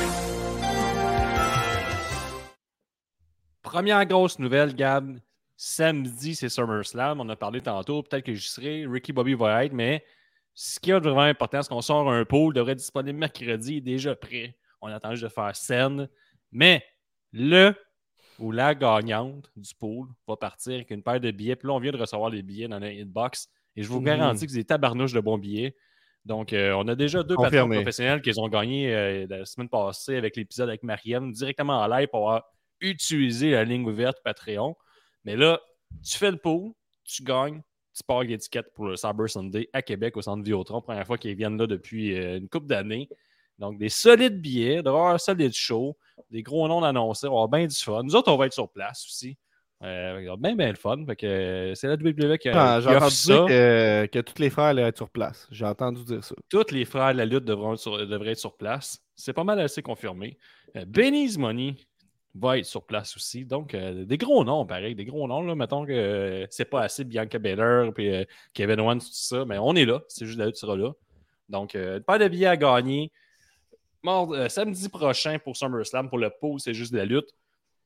Première grosse nouvelle, Gab. Samedi, c'est SummerSlam. On a parlé tantôt. Peut-être que j'y serai. Ricky Bobby va être, mais ce qui est vraiment important, c'est qu'on sort un pool, devrait être disponible mercredi, déjà prêt. On attend juste de faire scène. Mais le ou la gagnante du pool va partir avec une paire de billets. Puis là, on vient de recevoir les billets dans la inbox. Et je vous mmh. garantis que c'est des tabarnouches de bons billets. Donc, euh, on a déjà deux Confirmé. patrons professionnels qui ont gagné euh, la semaine passée avec l'épisode avec Marianne directement en live pour avoir utilisé la ligne ouverte Patreon. Mais là, tu fais le pool, tu gagnes, tu pars avec l'étiquette pour le Cyber Sunday à Québec au Centre Vidéotron. Première fois qu'ils viennent là depuis euh, une couple d'années. Donc, des solides billets, d'avoir un solide show, des gros noms d'annoncés, on va avoir bien du fun. Nous autres, on va être sur place aussi. Euh, bien, bien le fun. Fait que, euh, c'est la W W E qui, a, ah, qui offre ça. Dire que, que tous les frères allaient être sur place. J'ai entendu dire ça. Tous les frères de la lutte devraient être sur, devraient être sur place. C'est pas mal assez confirmé. Euh, Benny's Money va être sur place aussi. Donc, euh, des gros noms, pareil. Des gros noms. Là. Mettons que euh, c'est pas assez Bianca Belair et euh, Kevin Owens, tout ça. Mais on est là. C'est juste la lutte sera là. Donc, euh, pas de billets à gagner. Mort, euh, samedi prochain pour SummerSlam, pour le pool, c'est juste de la lutte.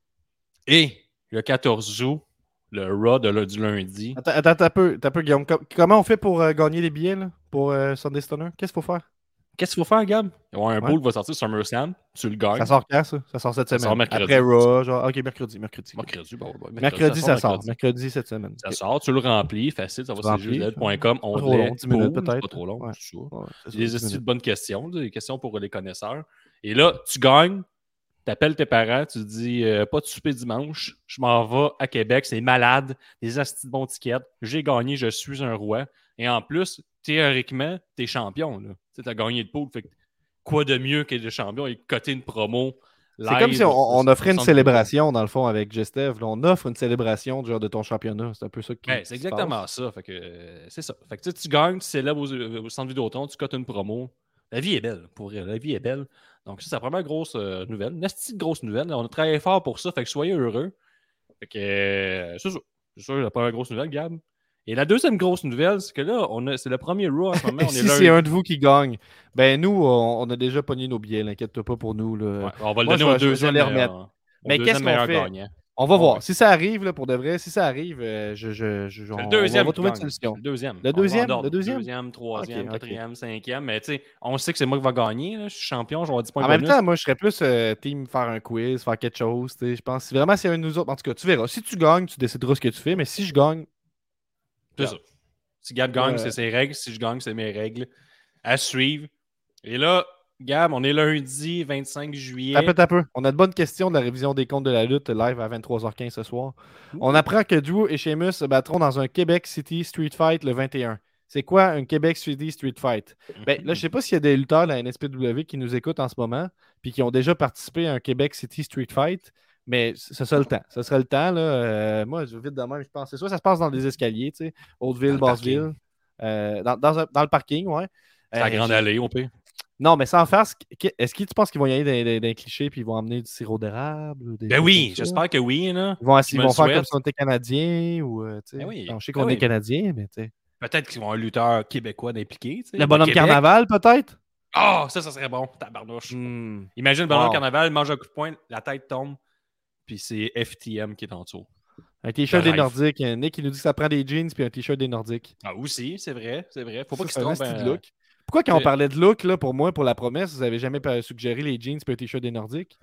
Et le quatorze août, le Raw de, du lundi. Attends, attends un peu, un peu, Guillaume. Com- comment on fait pour euh, gagner les billets là, pour euh, Sunday Stunner? Qu'est-ce qu'il faut faire? Qu'est-ce qu'il faut faire, Gab? Il y a un ouais. pool va sortir SummerSlam, tu le gagnes. Ça sort quand, ça? Ça sort cette ça semaine. Sort mercredi. Après Raw, genre, ok, mercredi, mercredi. Mercredi, bon, bon, mercredi, mercredi, ça, ça sort. Mercredi. Mercredi cette semaine. Ça okay. sort, tu le remplis, facile, ça va sur juste l point com. On trop long, dix minutes peut-être. Pas trop long, ouais. c'est ça. Ouais, c'est des astuces de bonnes questions, des questions pour les connaisseurs. Et là, tu gagnes, tu appelles tes parents, tu te dis euh, pas de souper dimanche, je m'en vais à Québec, c'est malade, des astis de bons tickets, j'ai gagné, je suis un roi. Et en plus, théoriquement, t'es champion. Tu as gagné le pool, fait que quoi de mieux que le champion et coter une promo live. C'est comme si on, on offrait une célébration, dans le fond, avec Gestev. On offre une célébration du genre de ton championnat. C'est un peu ça qui ben, c'est exactement passe. ça. Fait que, euh, c'est ça. Fait que tu gagnes, tu célèbres au, au Centre Vidéotron, tu cotes une promo. La vie est belle, pour vrai. La vie est belle. Donc, ça, c'est la première grosse euh, nouvelle. Une petite grosse nouvelle. On a travaillé fort pour ça. Fait que soyez heureux. Fait que, euh, c'est ça. C'est ça, la première grosse nouvelle, Gab. Et la deuxième grosse nouvelle, c'est que là, on a, c'est le premier Raw en ce moment. On si est c'est un de vous qui gagne, ben nous, on, on a déjà pogné nos billets. Inquiète-toi pas pour nous. Là. Ouais, on va le Moi, donner je, au deuxième. Les remettre. Euh, mais qu'est-ce qu'on fait? Gagnant. On va voir. Ouais. Si ça arrive, là, pour de vrai, si ça arrive, euh, je, je, je, on, le deuxième on va trouver une solution. Le deuxième. Le deuxième? Le deuxième? Deuxième, troisième, okay, quatrième, okay. cinquième. Mais tu sais, on sait que c'est moi qui va gagner. Là. Je suis champion, je vais avoir dix points en bonus. même temps, moi, je serais plus euh, team faire un quiz, faire quelque chose. Je pense si vraiment c'est un de nous autres. En tout cas, tu verras. Si tu gagnes, tu décideras ce que tu fais. Mais si je gagne. C'est ça. Si Gab gagne, ouais. c'est ses règles. Si je gagne, c'est mes règles. À suivre. Et là, Gab, on est lundi vingt-cinq juillet. Un peu, un peu. On a de bonnes questions de la révision des comptes de la lutte live à vingt-trois heures quinze ce soir. Ouh. On apprend que Drew et Sheamus se battront dans un Québec City Street Fight le vingt et un. C'est quoi un Québec City Street Fight? Mm-hmm. Ben, là, je sais pas s'il y a des lutteurs de la N S P W qui nous écoutent en ce moment puis qui ont déjà participé à un Québec City Street Fight. Mais ce serait le temps. Ce serait le temps. Là. Euh, moi, je vite de même, je pense. C'est soit ça se passe dans des escaliers, tu sais, Hauteville, Basseville. Euh, dans, dans, un, dans le parking, ouais. C'est euh, la grande allée, on peut. Non, mais sans faire, est-ce que tu penses qu'ils vont y aller d'un cliché puis ils vont emmener du sirop d'érable? Ou des ben oui, j'espère que oui. Là. Ils vont, ils vont faire comme si on était Canadiens ou. Euh, ben oui. non, je sais ben qu'on oui. est Canadiens, mais tu sais. Peut-être qu'ils vont un lutteur québécois d'impliqué. Le bonhomme carnaval, peut-être? Ah, oh, ça, ça serait bon, tabarnouche. Mm. Imagine le bonhomme wow. carnaval, mange un coup de poing, la tête tombe, puis c'est F T M qui est en dessous. Un t-shirt des Nordiques. Nick, il nous dit que ça prend des jeans puis un t-shirt des Nordiques. Ah, aussi, c'est vrai, c'est vrai. Faut pas ça, qu'il se trompe. Un look. Pourquoi, quand on parlait de look, là, pour moi, pour la promesse, vous avez jamais suggéré les jeans puis un t-shirt des Nordiques?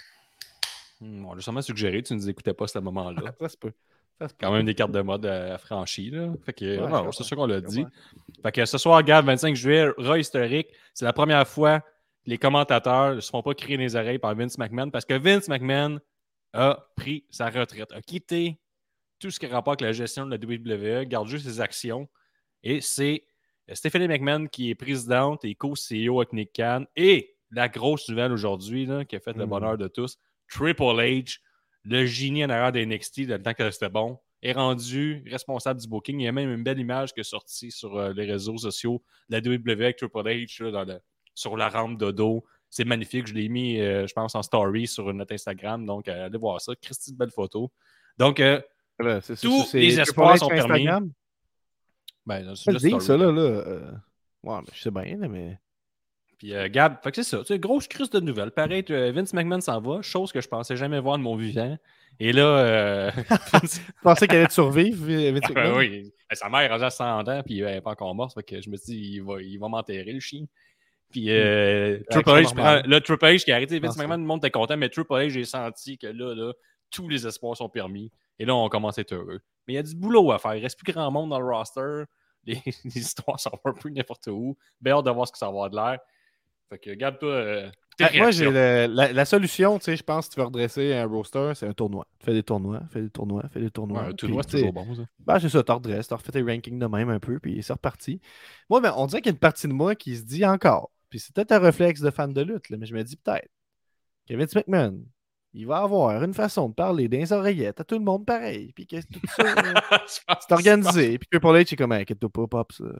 Hmm, on l'a sûrement suggéré, tu ne nous écoutais pas à ce moment-là. ça se peut. Ça se peut. Quand même des cartes de mode affranchies, là. Fait que, ouais, non, c'est sûr qu'on l'a dit. Fait que ce soir, Gab, vingt-cinq juillet, Raw historique, c'est la première fois que les commentateurs ne se font pas crier les oreilles par Vince McMahon parce que Vince McMahon a pris sa retraite, a quitté tout ce qui a rapport avec la gestion de la W W E, garde juste ses actions. Et c'est Stephanie McMahon qui est présidente et co-C E O avec Nick Khan. Et la grosse nouvelle aujourd'hui, là, qui a fait mm. le bonheur de tous, Triple H, le génie en arrière de N X T, dans le temps que c'était bon, est rendu responsable du booking. Il y a même une belle image qui est sortie sur euh, les réseaux sociaux de la W W E avec Triple H là, dans le, sur la rampe de dos. C'est magnifique. Je l'ai mis, euh, je pense, en story sur notre Instagram. Donc, euh, allez voir ça. Christy, de belle photo. Donc, euh, là, c'est, c'est, tous c'est, les espoirs sont permis. Ben, là, c'est juste ça, là. là euh... Ouais, mais je sais bien, là, mais... Puis euh, Gab, fait que c'est ça. Tu sais, grosse crise de nouvelles. Pareil, Vince McMahon s'en va, chose que je pensais jamais voir de mon vivant. Et là... Euh... tu pensais qu'elle allait survivre, Vince McMahon? Ah, oui. Sa mère est rendue à cent ans, puis elle n'est pas encore morte. Fait que je me suis dit, il va, il va m'enterrer, le chien. Puis euh, mmh. Triple H, prend, là, Triple H qui a arrêté. Vince McMahon, le monde était content, mais Triple H, j'ai senti que là, là, tous les espoirs sont permis. Et là, on commence à être heureux. Mais il y a du boulot à faire. Il reste plus grand monde dans le roster. Les, les histoires sont un peu n'importe où. Bien hâte de voir ce que ça va avoir de l'air. Fait que, regarde-toi. Euh, moi, j'ai le, la, la solution, tu sais, je pense que tu veux redresser un roster, c'est un tournoi. Fais des tournois, fais des tournois, fais des tournois. Ouais, un tournoi, c'est toujours bon, ça. Ben, c'est ça, tu redresses, tu refais tes rankings de même un peu, puis c'est reparti. Moi, ben, on dirait qu'il y a une partie de moi qui se dit encore, puis c'est peut-être un réflexe de fan de lutte, là, mais je me dis peut-être que Vince McMahon, il va avoir une façon de parler dans les oreillettes à tout le monde pareil, puis que tout ça, c'est organisé, puis que pour l'être, c'est comme, inquiète-toi pas, Pop, ça.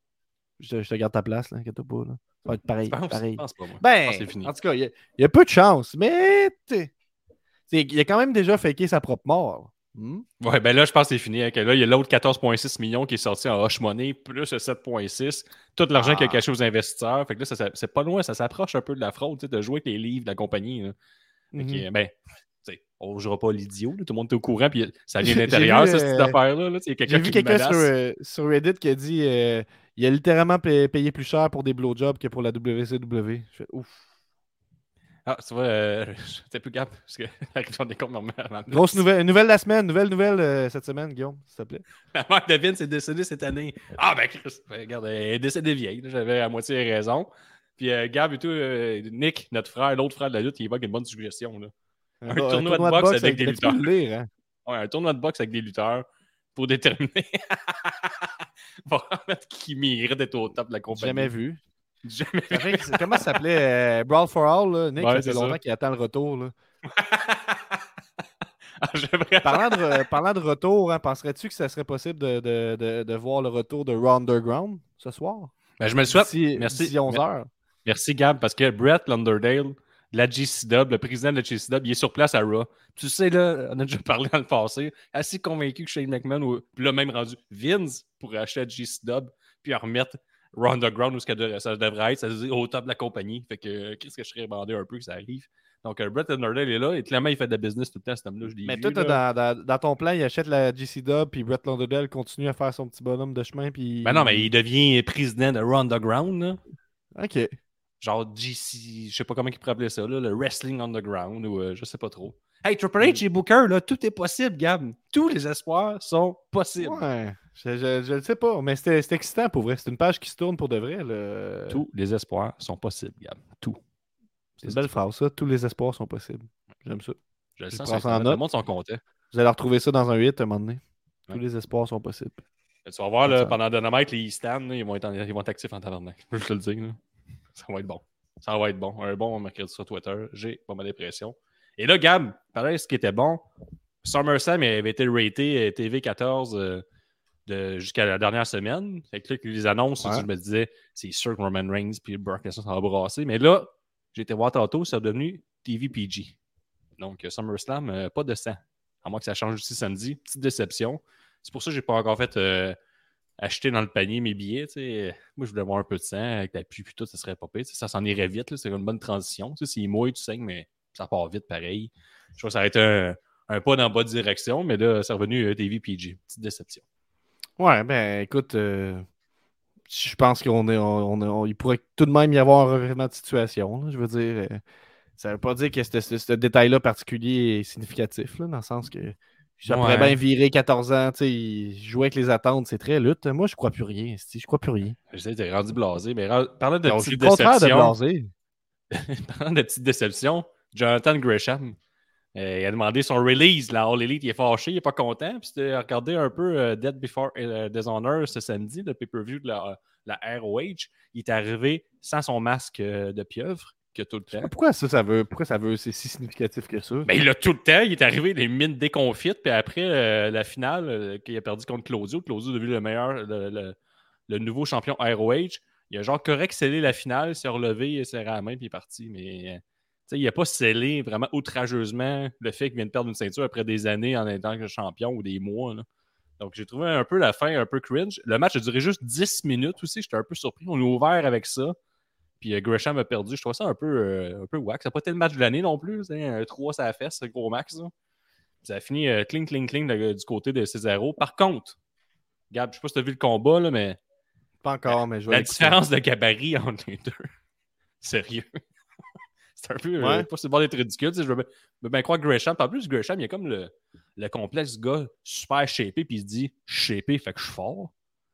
Je te, je te garde ta place, là, inquiète-toi pas, là. Ça va être pareil. Je pense, pareil. Je pense pas, moi. Ben, je pense fini. En tout cas, il y, y a peu de chance, mais il a quand même déjà faké sa propre mort. Hmm? Ouais, ben là, je pense que c'est fini. Hein, que là, il y a l'autre quatorze virgule six millions qui est sorti en Hush Money, plus le sept virgule six. Tout l'argent ah. qu'il a caché aux investisseurs. Fait que là, ça, ça, c'est pas loin, ça s'approche un peu de la fraude, de jouer avec les livres de la compagnie. Là. Fait que, mm-hmm. ben, on ne jouera pas l'idiot, là. Tout le monde est au courant, puis ça vient de l'intérieur, vu, ça, cette euh, affaire-là. Là. Quelqu'un j'ai vu quelqu'un sur, euh, sur Reddit qui a dit euh, il a littéralement payé, payé plus cher pour des blowjobs que pour la W C W. Je fais ouf. Ah, tu vois, euh, j'étais plus capable parce que la révision des comptes normalement. Grosse nouvelle, nouvelle de la semaine, nouvelle nouvelle euh, cette semaine, Guillaume, s'il te plaît. La mère de Vince est décédée cette année. Ah, ben, Chris, ben, regarde, elle est décédée vieille. Là, j'avais à moitié raison. Puis euh, Gab et tout, euh, Nick, notre frère, l'autre frère de la lutte, il évoque une bonne suggestion. Là. Un, un, tournoi un tournoi de boxe, boxe avec, avec des lutteurs. Lire, hein? Ouais, un tournoi de boxe avec des lutteurs pour déterminer pour remettre qui mérite d'être au top de la compagnie. Jamais vu. Jamais vu. Comment ça s'appelait euh, Brawl for All, là? Nick, ouais, ça fait longtemps qu'il attend le retour. Là. ah, parlant, de, parlant de retour, hein, penserais-tu que ça serait possible de, de, de, de voir le retour de Raw Underground ce soir? Ben, je me le souhaite. D'ici, Merci. D'ici onze heures. Merci, Gab, parce que Brett Lauderdale, la G C W, le président de la G C W, il est sur place à Raw. Tu sais, là, on a déjà parlé dans le passé, assez convaincu que Shane McMahon, ou, puis là, même rendu Vince, pourrait acheter la G C W, puis en remettre Raw Underground où ça devrait être, ça veut dire au top de la compagnie. Fait que, qu'est-ce que je serais bandé un peu que ça arrive? Donc, euh, Brett Lauderdale est là, et clairement, il fait de la business tout le temps, cet homme-là. Je l'ai Mais vu, toi, là. Dans, dans, dans ton plan, il achète la G C W, puis Brett Lauderdale continue à faire son petit bonhomme de chemin, puis... Ben non, mais il devient président de Raw Underground, là. OK. Genre G C, je sais pas comment il pourrait appeler ça, là, le Wrestling Underground, ou euh, je sais pas trop. Hey, Triple H et Booker, là, tout est possible, Gab. Tous les espoirs sont possibles. Ouais, je, je, je le sais pas, mais c'était, c'était excitant pour vrai. C'est une page qui se tourne pour de vrai. Le... Tous les espoirs sont possibles, Gab. Tout. C'est une belle phrase, ça. Tous les espoirs sont possibles. J'aime ça. Je le sens, ça en note. Le monde s'en comptait. Vous allez retrouver ça dans un huit à un moment donné. Ouais. Tous les espoirs sont possibles. Et tu vas voir, là, pendant Dynamite, les stands, là, ils, vont être en, ils vont être actifs en tabarnak. Je te le dis. Là. Ça va être bon. Ça va être bon. Un bon mercredi sur Twitter. J'ai pas mal d'impression. Et là, Gab, pareil, ce qui était bon, SummerSlam avait été raté T V quatorze euh, de, jusqu'à la dernière semaine. Fait que là, les annonces, ouais. Je me disais, c'est sûr que Roman Reigns et Brock Lesnar s'en va brasser. Mais là, j'ai été voir tantôt, c'est devenu T V P G. Donc, SummerSlam, euh, pas de sang. À moins que ça change aussi samedi. Petite déception. C'est pour ça que j'ai pas encore fait euh, acheter dans le panier mes billets. T'sais. Moi, je voulais avoir un peu de sang avec la pluie, puis tout, ça serait pas pire. Ça s'en irait vite. Là. C'est une bonne transition. S'il mouille, tu saignes, mais ça part vite pareil. Je trouve que ça aurait été un, un pas dans la bonne direction, mais là, c'est revenu euh, T V P G. Petite déception. Ouais, ben écoute, euh, je pense qu'on est, on, on, on- il pourrait tout de même y avoir un revirement de situation. Là. Je veux dire, euh, ça veut pas dire que ce, ce- ce détail-là particulier est significatif, là, dans le sens que ça pourrait bien Ouais. virer quatorze ans, tu sais, jouer avec les attentes, c'est très lutte. Moi, je crois plus rien, esti, je crois plus rien. J'essaie de rendu blasé, mais ra- parlant de Non, je suis petites le contraire de déceptions, blasé. parlant de petites déceptions, Jonathan Gresham, euh, il a demandé son release. La All Elite, il est fâché, il est pas content. Puis c'était regardé un peu euh, Dead Before euh, Dishonor ce samedi, le pay-per-view de la, la R O H. Il est arrivé sans son masque euh, de pieuvre, que tout le temps. Pourquoi ça, ça veut, pourquoi ça veut, c'est si significatif que ça? Mais il a tout le temps. Il est arrivé les mines déconfites. Puis après euh, la finale, euh, qu'il a perdu contre Claudio, Claudio est devenu le meilleur, le, le, le nouveau champion R O H. Il a genre correct scellé la finale, s'est relevé, il s'est serré la main, puis il est parti. Mais euh, il n'a pas scellé vraiment outrageusement le fait qu'il vient de perdre une ceinture après des années en étant champion ou des mois. Là. Donc j'ai trouvé un peu la fin un peu cringe. Le match a duré juste dix minutes aussi. J'étais un peu surpris. On l'a ouvert avec ça. Puis euh, Gresham a perdu. Je trouve ça un peu, euh, un peu wack. Ça n'a pas été le match de l'année non plus. C'est un trois à la fesse, gros max. Là. Ça a fini euh, cling, cling, cling de, du côté de Cesaro. Par contre, Gab, je sais pas si tu as vu le combat, là, mais Pas encore, mais je vais la l'écouter. différence de gabarit entre les deux. Sérieux. C'est un peu. Ouais. Euh, pas c'est bon d'être ridicule. Je veux bien, veux bien croire que Gresham. En plus, Gresham, il a comme le, le complexe du gars super shapé, puis il se dit shapé, fait que je suis fort.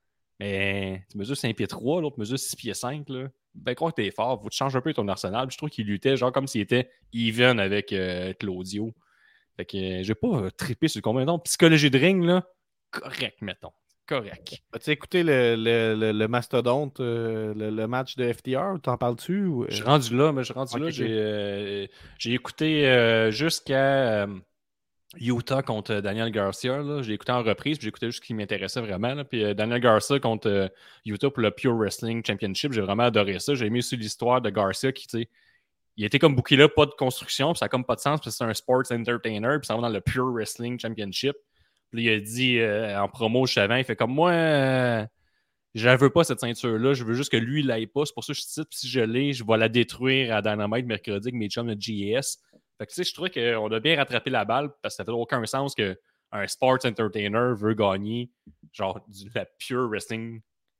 Mais tu mesures cinq pieds trois, l'autre mesure six pieds cinq. Là. Ben croire que t'es fort, faut que tu changes un peu ton arsenal. Puis je trouve qu'il luttait genre comme s'il était even avec euh, Claudio. Fait que euh, j'ai pas euh, trippé sur le combat. Non, psychologie de ring, là, correct, mettons. Correct. As-tu écouté le, le, le, le mastodonte, euh, le, le match de F T R? T'en parles-tu? Ou, euh? Je suis rendu là, mais je suis rendu Ok, là. ok. J'ai, euh, j'ai écouté euh, jusqu'à euh, Utah contre Daniel Garcia. Là. J'ai écouté en reprise, puis j'ai écouté juste ce qui m'intéressait vraiment. Là. Puis euh, Daniel Garcia contre euh, Utah pour le Pure Wrestling Championship, j'ai vraiment adoré ça. J'ai aimé aussi l'histoire de Garcia qui, tu sais, il était comme booké là, pas de construction, puis ça n'a comme pas de sens, parce que c'est un sports entertainer, puis ça va dans le Pure Wrestling Championship. Puis il a dit euh, en promo juste avant, il fait comme moi, euh, je ne veux pas cette ceinture-là, je veux juste que lui, il l'aille pas. C'est pour ça que je cite, puis si je l'ai, je vais la détruire à Dynamite mercredi avec mes chums de G S. Fait que tu sais, je trouvais qu'on a bien rattrapé la balle, parce que ça fait aucun sens qu'un sports entertainer veut gagner genre du, la Pure Wrestling,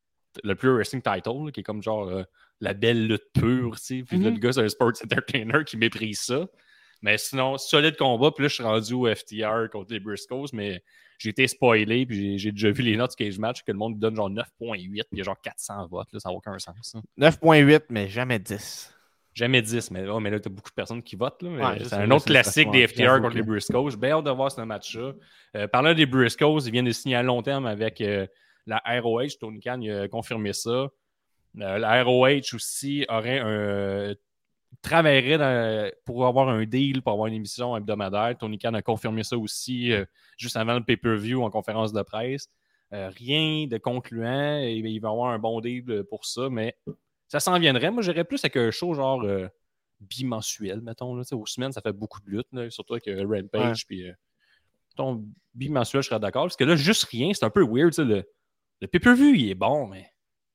le Pure Wrestling Title, là, qui est comme genre euh, la belle lutte pure, tu sais. Puis Mm-hmm. là, le gars, c'est un sports entertainer qui méprise ça. Mais sinon, solide combat. Puis là, je suis rendu au F T R contre les Briscoes, mais j'ai été spoilé. Puis j'ai, j'ai déjà vu les notes du Cage Match que le monde donne genre neuf virgule huit. Puis il y a genre quatre cents votes. Là, ça n'a aucun sens. Ça. neuf virgule huit, mais jamais dix. Jamais dix. Mais, oh, mais là, tu as beaucoup de personnes qui votent. Là, Ouais, c'est sais, un là, autre c'est classique ça, des ouais, F T R j'avoue contre que- les Briscoes. J'ai bien hâte de voir ce match-là. Euh, parlant des Briscoes, ils viennent de signer à long terme avec euh, la R O H. Tony Khan a confirmé ça. Euh, la R O H aussi aurait un. travaillerait dans, pour avoir un deal, pour avoir une émission hebdomadaire. Tony Khan a confirmé ça aussi euh, juste avant le pay-per-view en conférence de presse. Euh, rien de concluant. Et, il va y avoir un bon deal pour ça, mais ça s'en viendrait. Moi, j'irais plus avec un show genre euh, bimensuel, mettons. Là, aux semaines, ça fait beaucoup de lutte, là, surtout avec euh, Rampage. Ouais. Puis, euh, mettons, bimensuel, je serais d'accord. Parce que là, juste rien, c'est un peu weird. Le, le pay-per-view, il est bon, mais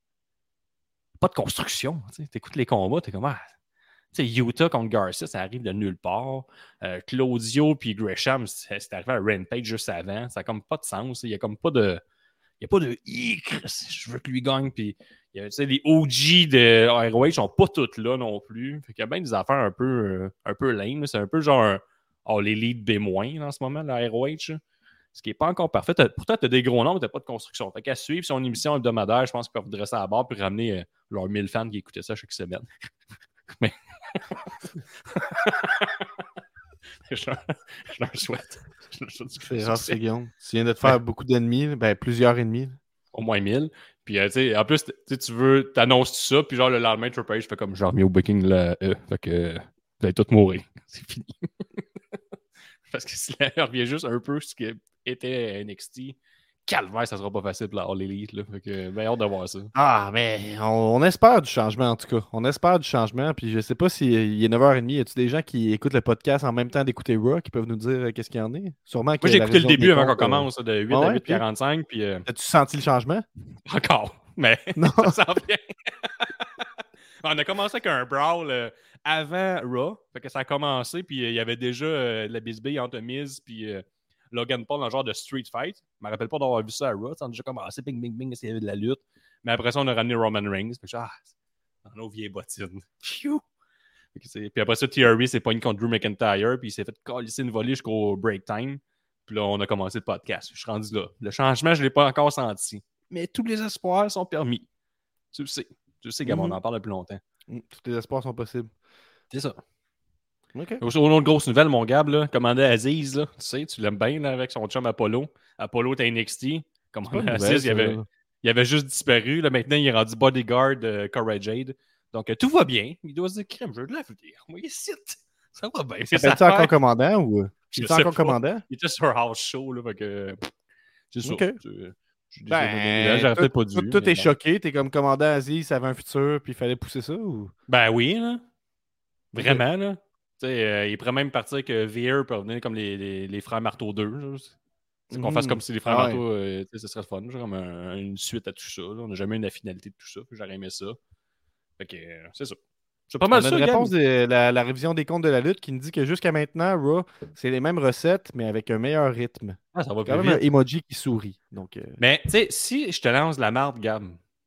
pas de construction. Tu écoutes les combats, t'es comme ah, tu sais, Utah contre Garcia, ça arrive de nulle part. Euh, Claudio puis Gresham, c'est, c'est arrivé à Rampage juste avant. Ça n'a comme pas de sens. Il n'y a comme pas de. Il n'y a pas de je veux que lui gagne. Puis, il y a, les O G de R O H sont pas toutes là non plus. Fait qu'il y a bien des affaires un peu, euh, un peu lame. C'est un peu genre un oh, les leads B- en ce moment, la R O H. Ce qui n'est pas encore parfait. T'as, pourtant, tu as des gros noms, mais tu n'as pas de construction. Fait qu'à suivre son émission hebdomadaire, je pense qu'ils peuvent dresser à la barre et ramener euh, leurs mille fans qui écoutaient ça chaque semaine. Mais. je, leur, je leur souhaite. Je leur souhaite C'est rare, c'est Guillaume. Tu viens de te faire ouais. beaucoup d'ennemis, ben plusieurs ennemis. Au moins mille. Puis, euh, tu sais, en plus, tu veux, t'annonces tout ça, puis genre le lendemain, Triple H fait comme j'ai remis au booking la E. Fait que euh, vous allez tous mourir. C'est fini. Parce que si elle revient juste un peu ce qui était N X T calvaire, ça sera pas facile pour la All Elite. Là. Fait que, ben, hâte de voir ça. Ah, mais on, on espère du changement, en tout cas. On espère du changement. Puis je sais pas s'il est neuf heures trente. Y a-tu des gens qui écoutent le podcast en même temps d'écouter Raw qui peuvent nous dire euh, qu'est-ce qu'il y en est? Sûrement que Moi, j'ai la écouté le révision début des avant qu'on comptes, euh, commence, là, de huit ah à ouais, huit puis? quarante-cinq. Puis, euh, As-tu senti le changement? encore, mais Non. ça s'en vient. On a commencé avec un brawl euh, avant Raw. Fait que ça a commencé, puis euh, il y avait déjà euh, la bisbille entre Miz puis euh, Logan Paul dans le genre de street fight. Je me rappelle pas d'avoir vu ça à Raw. Ça a déjà commencé, bing, bing, bing, il y avait de la lutte. Mais après ça, on a ramené Roman Reigns. Fait que, ah, dans nos vieilles bottines. Phew! Fait que c'est- Puis après ça, T R E s'est pogné contre Drew McIntyre, puis il s'est fait calisser une volée jusqu'au break time. Puis là, on a commencé le podcast. Je suis rendu là. Le changement, je ne l'ai pas encore senti. Mais tous les espoirs sont permis. Tu le sais. Tu le sais, Gab, on Mhm. en parle depuis longtemps. Mm, Tous les espoirs sont possibles. C'est ça. OK. Au au nom de grosse nouvelle, mon Gab, là, commandait Aziz, là, tu sais, tu l'aimes bien là, avec son chum Apollo. Apollo est à N X T. pas Commandait une Aziz, il nouvelle, avait, ça. il avait juste disparu. Là, maintenant, il est rendu bodyguard de Cora Jade. Donc, euh, tout va bien. Il doit se dire, crème, je veux de la dire. Moi, il cite. Ça va bien. C'est ça. T'appelles-tu encore commandant ou. Je Tu es sais encore pas. commandant? Il était sur House Show, là, fait que... C'est ça. OK. C'est- Je suis désolé, Ben, j'aurais tout, peut-être pas dû. tout, tout mais est bon. choqué. T'es comme commandant Aziz, ça avait un futur, puis il fallait pousser ça ou. Ben oui, là. Vraiment, là. Tu sais, euh, il pourrait même partir que Veer peut revenir comme les, les, les frères Marteau deux. là. C'est qu'on Mhm. fasse comme si les frères Ah ouais. Marteau, euh, tu sais, ce serait le fun. Genre comme un- une suite à tout ça. là. On n'a jamais eu la finalité de tout ça. J'aurais aimé ça. Fait que euh, c'est ça. C'est pas On mal a ça, une Gab. réponse de la, la révision des comptes de la lutte qui nous dit que jusqu'à maintenant, Raw, c'est les mêmes recettes, mais avec un meilleur rythme. Ah, ça va Quand plus même un vite. emoji qui sourit. Donc, euh, Mais tu sais, si je te lance la marde, Gab,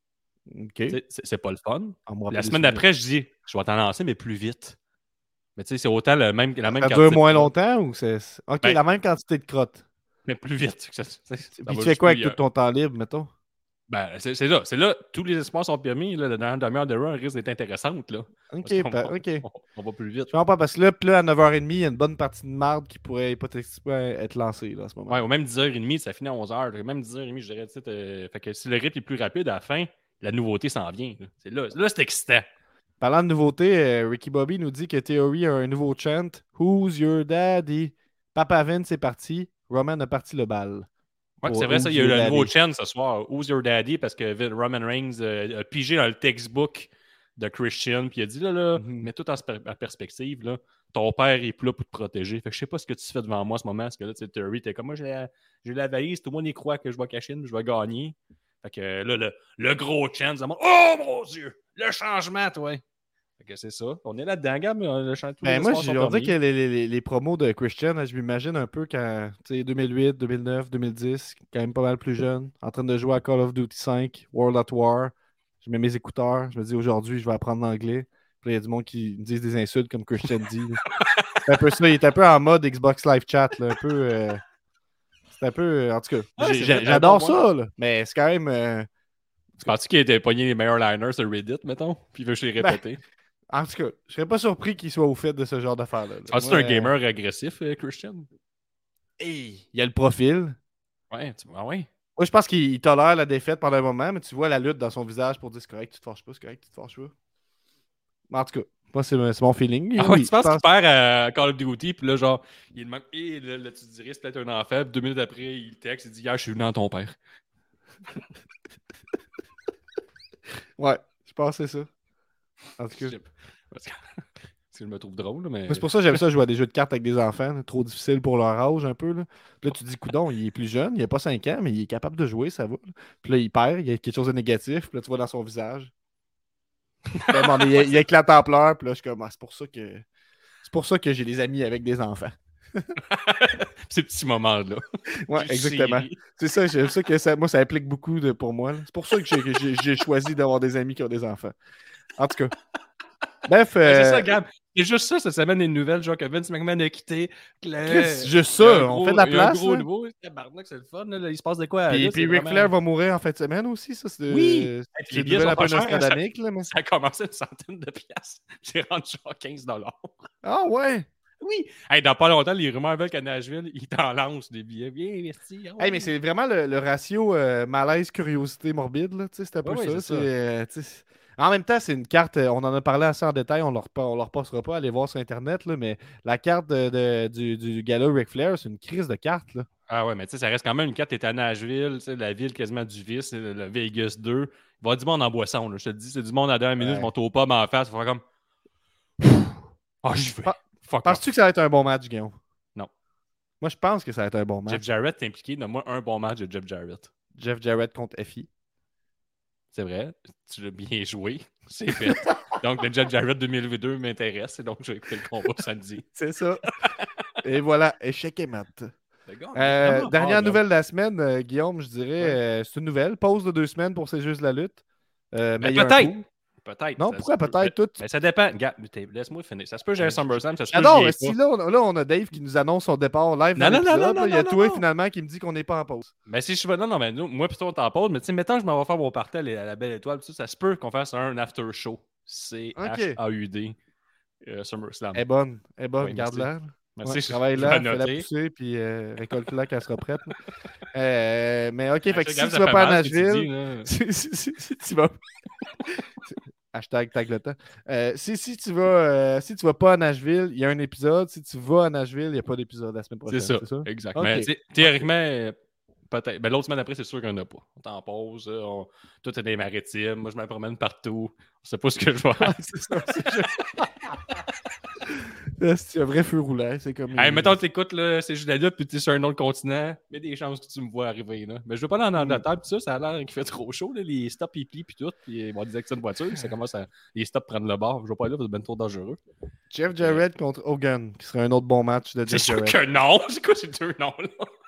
OK. tu sais, c'est c'est pas le fun. On me rappelle La des semaine souvenirs. d'après, je dis, je vais t'en lancer, mais plus vite. Mais tu sais, c'est autant le même, la même Ça quantité dure moins de crottes, longtemps ou c'est. OK, Ben, la même quantité de crottes. mais plus vite. Ça- ça- ça Puis va tu fais juste quoi avec plus, tout ton temps libre, mettons? Ben, c'est c'est là. C'est là. Tous les espoirs sont permis. Là, la dernière demi-heure de run risque d'être intéressante. Là, OK, parce qu'on pa- va- OK. on, on va plus vite. Je comprends pas, parce que là, puis là, à neuf heures trente, il y a une bonne partie de marde qui pourrait hypothétiquement être lancée là, à ce moment. Ouais, ou même dix heures trente, ça finit à onze heures. Même dix heures trente, je dirais. tu sais, t'es- Fait que si le rythme est plus rapide à la fin, la nouveauté s'en vient. là. C'est là. Là, c'est excitant. Parlant de nouveautés, euh, Ricky Bobby nous dit que Theory a un nouveau chant. Who's your daddy? Papa Vince est parti. Roman a parti le bal. Ouais, Pour c'est vrai, ça. Who's Il y a eu Your le nouveau Daddy. chaîne ce soir. Who's Your Daddy? Parce que Vin- Roman Reigns euh, a pigé dans le textbook de Christian. Puis il a dit là, là, Mhm. mets tout en, sper- en perspective. Là. Ton père est plus là pour te protéger. Fait que je sais pas ce que tu fais devant moi en ce moment. Parce que là, tu sais, Theory, t'es comme moi, j'ai la, j'ai la valise. Tout le monde y croit que je vais cacher une, je vais gagner. Fait que euh, là, le, le gros chant, ça m'a- oh mon Dieu! Le changement, toi! Fait que c'est ça. On est là-dedans, Gab. Le chant, tous les Ben, moi, espoirs j'ai- sont on dirait permis. que les, les- les- les promos de Christian, là, je m'imagine un peu quand, tu sais, deux mille huit, deux mille neuf, deux mille dix, quand même pas mal plus jeune, en train de jouer à Call of Duty cinq, World at War. Je mets mes écouteurs, je me dis aujourd'hui, je vais apprendre l'anglais. Puis là, il y a du monde qui me disent des insultes comme Christian dit. là. C'est un peu ça, il est un peu en mode Xbox Live Chat, là, un peu. euh, c'est un peu. euh, en tout cas, Ah, j'ai- c'est j'ai- vrai, j'adore t'as pas ça, là, mais c'est quand même. euh, Tu penses qu'il était pogné les meilleurs liners sur Reddit, mettons? Puis il veut se les Ben, répéter. en tout cas, je serais pas surpris qu'il soit au fait de ce genre d'affaires-là. là. Tu penses que Moi, c'est un euh, gamer agressif, euh, Christian? hey, il y a le profil. Ouais, tu... ah ouais. Moi, je pense qu'il il tolère la défaite pendant un moment, mais tu vois la lutte dans son visage pour dire c'est correct, tu te fâches pas, c'est correct, tu te fâches pas. Mais en tout cas, moi, c'est c'est mon feeling. Ah Oui, ouais, je tu penses pense- qu'il perd à Call of Duty, puis là, genre, il demande, et là, là, tu te dirais, c'est peut-être un enfant, puis deux minutes après, il texte, il dit, hier, je suis venu dans ton père. Ouais, je pense que c'est ça. En tout Je cas. sais pas. Parce que, parce que je me trouve drôle, là, mais. Moi, c'est pour ça que j'aime ça jouer à des jeux de cartes avec des enfants. là, trop difficile pour leur âge, un peu. Là, Puis là tu te dis, coudon, il est plus jeune, il a pas cinq ans, mais il est capable de jouer, ça va. là. Puis là, il perd, il y a quelque chose de négatif, puis là, tu vois dans son visage. Puis là, à un moment donné, il, il éclate en pleurs, puis là, je suis comme, ah, c'est pour ça que. C'est pour ça que j'ai des amis avec des enfants. Ces petits moments-là. Ouais, Du exactement. série. C'est ça, j'aime ça que ça, moi, ça implique beaucoup de, pour moi. là. C'est pour ça que j'ai- que j'ai j'ai choisi d'avoir des amis qui ont des enfants. En tout cas. Bref. Ouais, c'est euh, ça, Gab. C'est juste ça, cette semaine, des nouvelles, genre que Vince McMahon a quitté. que le- Chris, juste il y a ça, un on gros- fait de la il y a un place, gros là. nouveau. Tabarnak, c'est le fun, là. Il se passe de quoi? Puis, là, puis c'est Ric vraiment- Flair va mourir en fin de semaine aussi, ça. C'est Oui! euh, Et puis c'est les une billets nouvelle sont un peu pas chers, hein, ça- nostradamique, là, mais... Ça a commencé à une centaine de piastres. J'ai rendu genre quinze dollars. Ah ouais! Oui! Hey, dans pas longtemps, les rumeurs veulent qu'à Nashville, ils t'en lancent des billets. Bien investi. Hey, mais c'est vraiment le, le ratio euh, malaise-curiosité morbide, là. Tu sais, c'est un peu Ouais, ouais, ça. c'est C'est, ça. euh, tu sais, En même temps, c'est une carte, euh, on en a parlé assez en détail, on ne leur, pa- on leur passera pas, allez voir sur Internet, là, mais la carte de, de- du, du gala Ric Flair, c'est une crise de cartes. Là. Ah ouais, mais tu sais, ça reste quand même une carte. T'es à Nashville, tu sais, la ville quasiment du vice, le, le Vegas deux. Il va y avoir du monde en boisson, là. Je te le dis, c'est du monde à dernière minute, Ouais. je monte au pub en face, il va faire comme. Ah, j'y vais. Pa- Fuck Penses-tu off. que ça va être un bon match, Guillaume? Non. Moi, je pense que ça va être un bon Jeff match. Jarrett t'es impliqué. Donne-moi un bon match de Jeff Jarrett. Jeff Jarrett contre F I. C'est vrai. Tu l'as bien joué. C'est fait. Donc, le Jeff Jarrett deux mille deux m'intéresse. Et donc, je vais écouter le combat samedi. C'est ça. Et voilà, échec et mat. Le gars, il est Euh, vraiment dernière fort, nouvelle de la semaine, euh, Guillaume, je dirais, Ouais. euh, c'est une nouvelle. Pause de deux semaines pour ces Jeux de la lutte. Euh, mais Mais il y a un peut-être. coup. Peut-être. Non, ça pourquoi se peut. peut-être tout? Mais ça dépend. Regarde, t'es- laisse-moi finir. Ça se peut, j'ai un SummerSlam. Ça se peut, J'adore, j'y ai mais pas. si là, on, là, on a Dave qui nous annonce son départ live Non, dans non, non, l'épisode. non, là, non, il y a non, toi, non. finalement, qui me dit qu'on n'est pas en pause. Mais si je suis. Non, non, mais nous, moi, plutôt, on t'en pause. Mais tu sais, mettons que je m'en vais faire mon party à la Belle Étoile. Ça, ça se peut qu'on fasse un after show. C H A U D. Euh, SummerSlam. Elle est bonne, elle est bonne, Oui, garde-la. Merci. Ouais, je- travaille je là, vais fais-la noter. pousser, puis euh, récolte-la quand elle sera prête. là. Euh, mais ok, fait que Regarde, si ça tu vas fait pas à mal, ce que tu Nashville, dis, là. si, si- si- si tu vas. Hashtag tag le temps. Euh, si, si, tu vas, euh, si tu vas pas à Nashville, il y a un épisode. Si tu vas à Nashville, il n'y a pas d'épisode la semaine prochaine. C'est ça. C'est ça? Exact. Ok. Mais tu sais, théoriquement, euh, peut-être. Ben, l'autre semaine après, c'est sûr qu'il n'y en a pas. On t'en pause. euh, On... Tout est des maritimes. Moi, je me promène partout. On sait pas ce que je vois. Ouais, c'est ça. c'est juste- Là, c'est un vrai feu roulant. C'est comme. Hey, mettons, t'écoutes, là, c'est juste la lutte, puis t'es sur un autre continent. Il y a des chances que tu me vois arriver, là. Mais je veux pas aller en Angleterre, puis ça, ça a l'air qu'il fait trop chaud, là. Les stops, ils plient, puis tout. Puis ils vont avoir des accidents de voiture. Ça commence à. Les stops prennent le bord. Je veux pas aller là, parce que c'est ben trop dangereux. Jeff Jarrett contre Hogan, qui serait un autre bon match de C'est Jeff sûr Jarrett. que non! C'est quoi ces deux noms-là?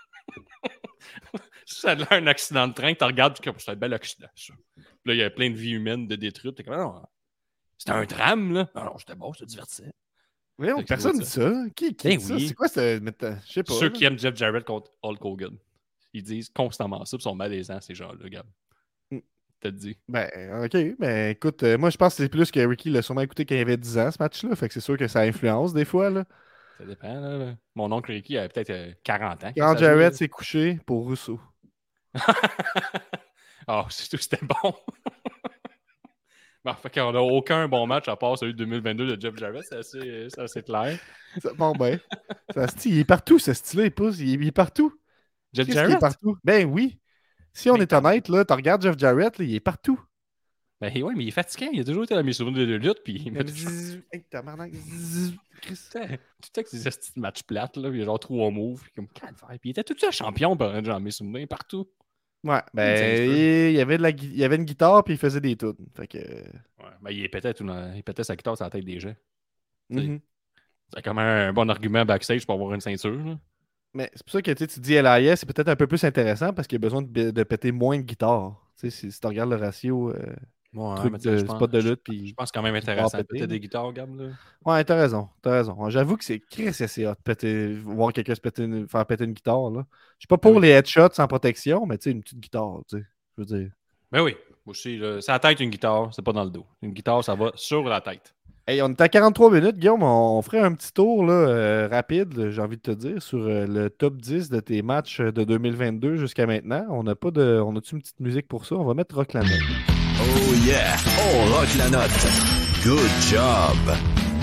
Ça a l'air un accident de train, que tu regardes, tu dis, c'est un bel accident, ça. Puis là, il y a plein de vies humaines de détruites. T'es comme, non, c'était un drame, là. Non, non, c'était bon, c'était divertissant. Oui, Fait que personne c'est dit ça. Qui, qui Ben dit ça? oui. C'est quoi ce. mais t'as- Je sais pas. Ceux là. qui aiment Jeff Jarrett contre Hulk Hogan. Ils disent constamment ça, puis ils sont malaisants, ces gens-là, gars. Mm. T'as dit. Ben, ok. Ben, écoute, euh, moi, je pense que c'est plus que Ricky l'a sûrement écouté quand il avait dix ans, ce match-là. Fait que c'est sûr que ça influence des fois, là. Ça dépend, là. Mon oncle Ricky avait peut-être euh, quarante ans. Quand ça Jarrett jouait. s'est couché pour Rousseau. Ah, c'est tout, c'était bon. Bon, fait qu'on n'a aucun bon match à part celui de deux mille vingt-deux de Jeff Jarrett, c'est assez, c'est assez clair. Ça part bien. Ça se dit, il est partout, ce style-là. Il, pousse, il, est- il est partout. Jeff Qu'est-ce qu'il est Jarrett? partout? Ben oui. Si on Mais est t'as- honnête, là, tu regardes Jeff Jarrett, là, il est partout. Ben ouais, mais il est fatiguant. Il a toujours été dans mes souvenirs de lutte, puis il met tout Zzz, hey, tabarnak, zzz, Chris. le temps avec ces petits matchs plates, là. Il y a genre trois moves, puis comme calvaire. Puis il était tout seul champion, par dans mes souvenirs, partout. Ouais, Il tient ben, un peu. il y avait, de la, gui- il y avait une guitare, puis il faisait des tunes. Fait que. Ouais, ben il pétait, tout dans- il pétait sa guitare sur la tête des gens. mhm. C'est quand même un bon argument backstage pour avoir une ceinture, là. Mais c'est pour ça que tu sais, tu dis L I S, c'est peut-être un peu plus intéressant parce qu'il y a besoin de, de péter moins de guitares. Tu sais, si, si tu regardes le ratio, euh, Ouais, truc mais tu sais, de je pense- spot de lutte, je- puis. Je pense quand même guitare intéressant. pétée, Peut-être là. des guitares, Gab, là. Ouais, t'as raison, t'as raison. J'avoue que c'est Chris, c'est hot de péter, voir quelqu'un se péter une- faire péter une guitare, là. Je suis pas pour oui. les headshots sans protection, mais tu sais, une petite guitare, tu sais. Je veux dire. Ben oui, moi aussi, là, c'est la tête une guitare, c'est pas dans le dos. Une guitare, ça va sur la tête. Hey, on est à quarante-trois minutes, Guillaume. On, on ferait un petit tour là, euh, rapide, là, j'ai envie de te dire, sur euh, le top dix de tes matchs de deux mille vingt-deux jusqu'à maintenant. On n'a pas de. On a-tu une petite musique pour ça? On va mettre Rock la note. Oh yeah, on rock la note. Good job.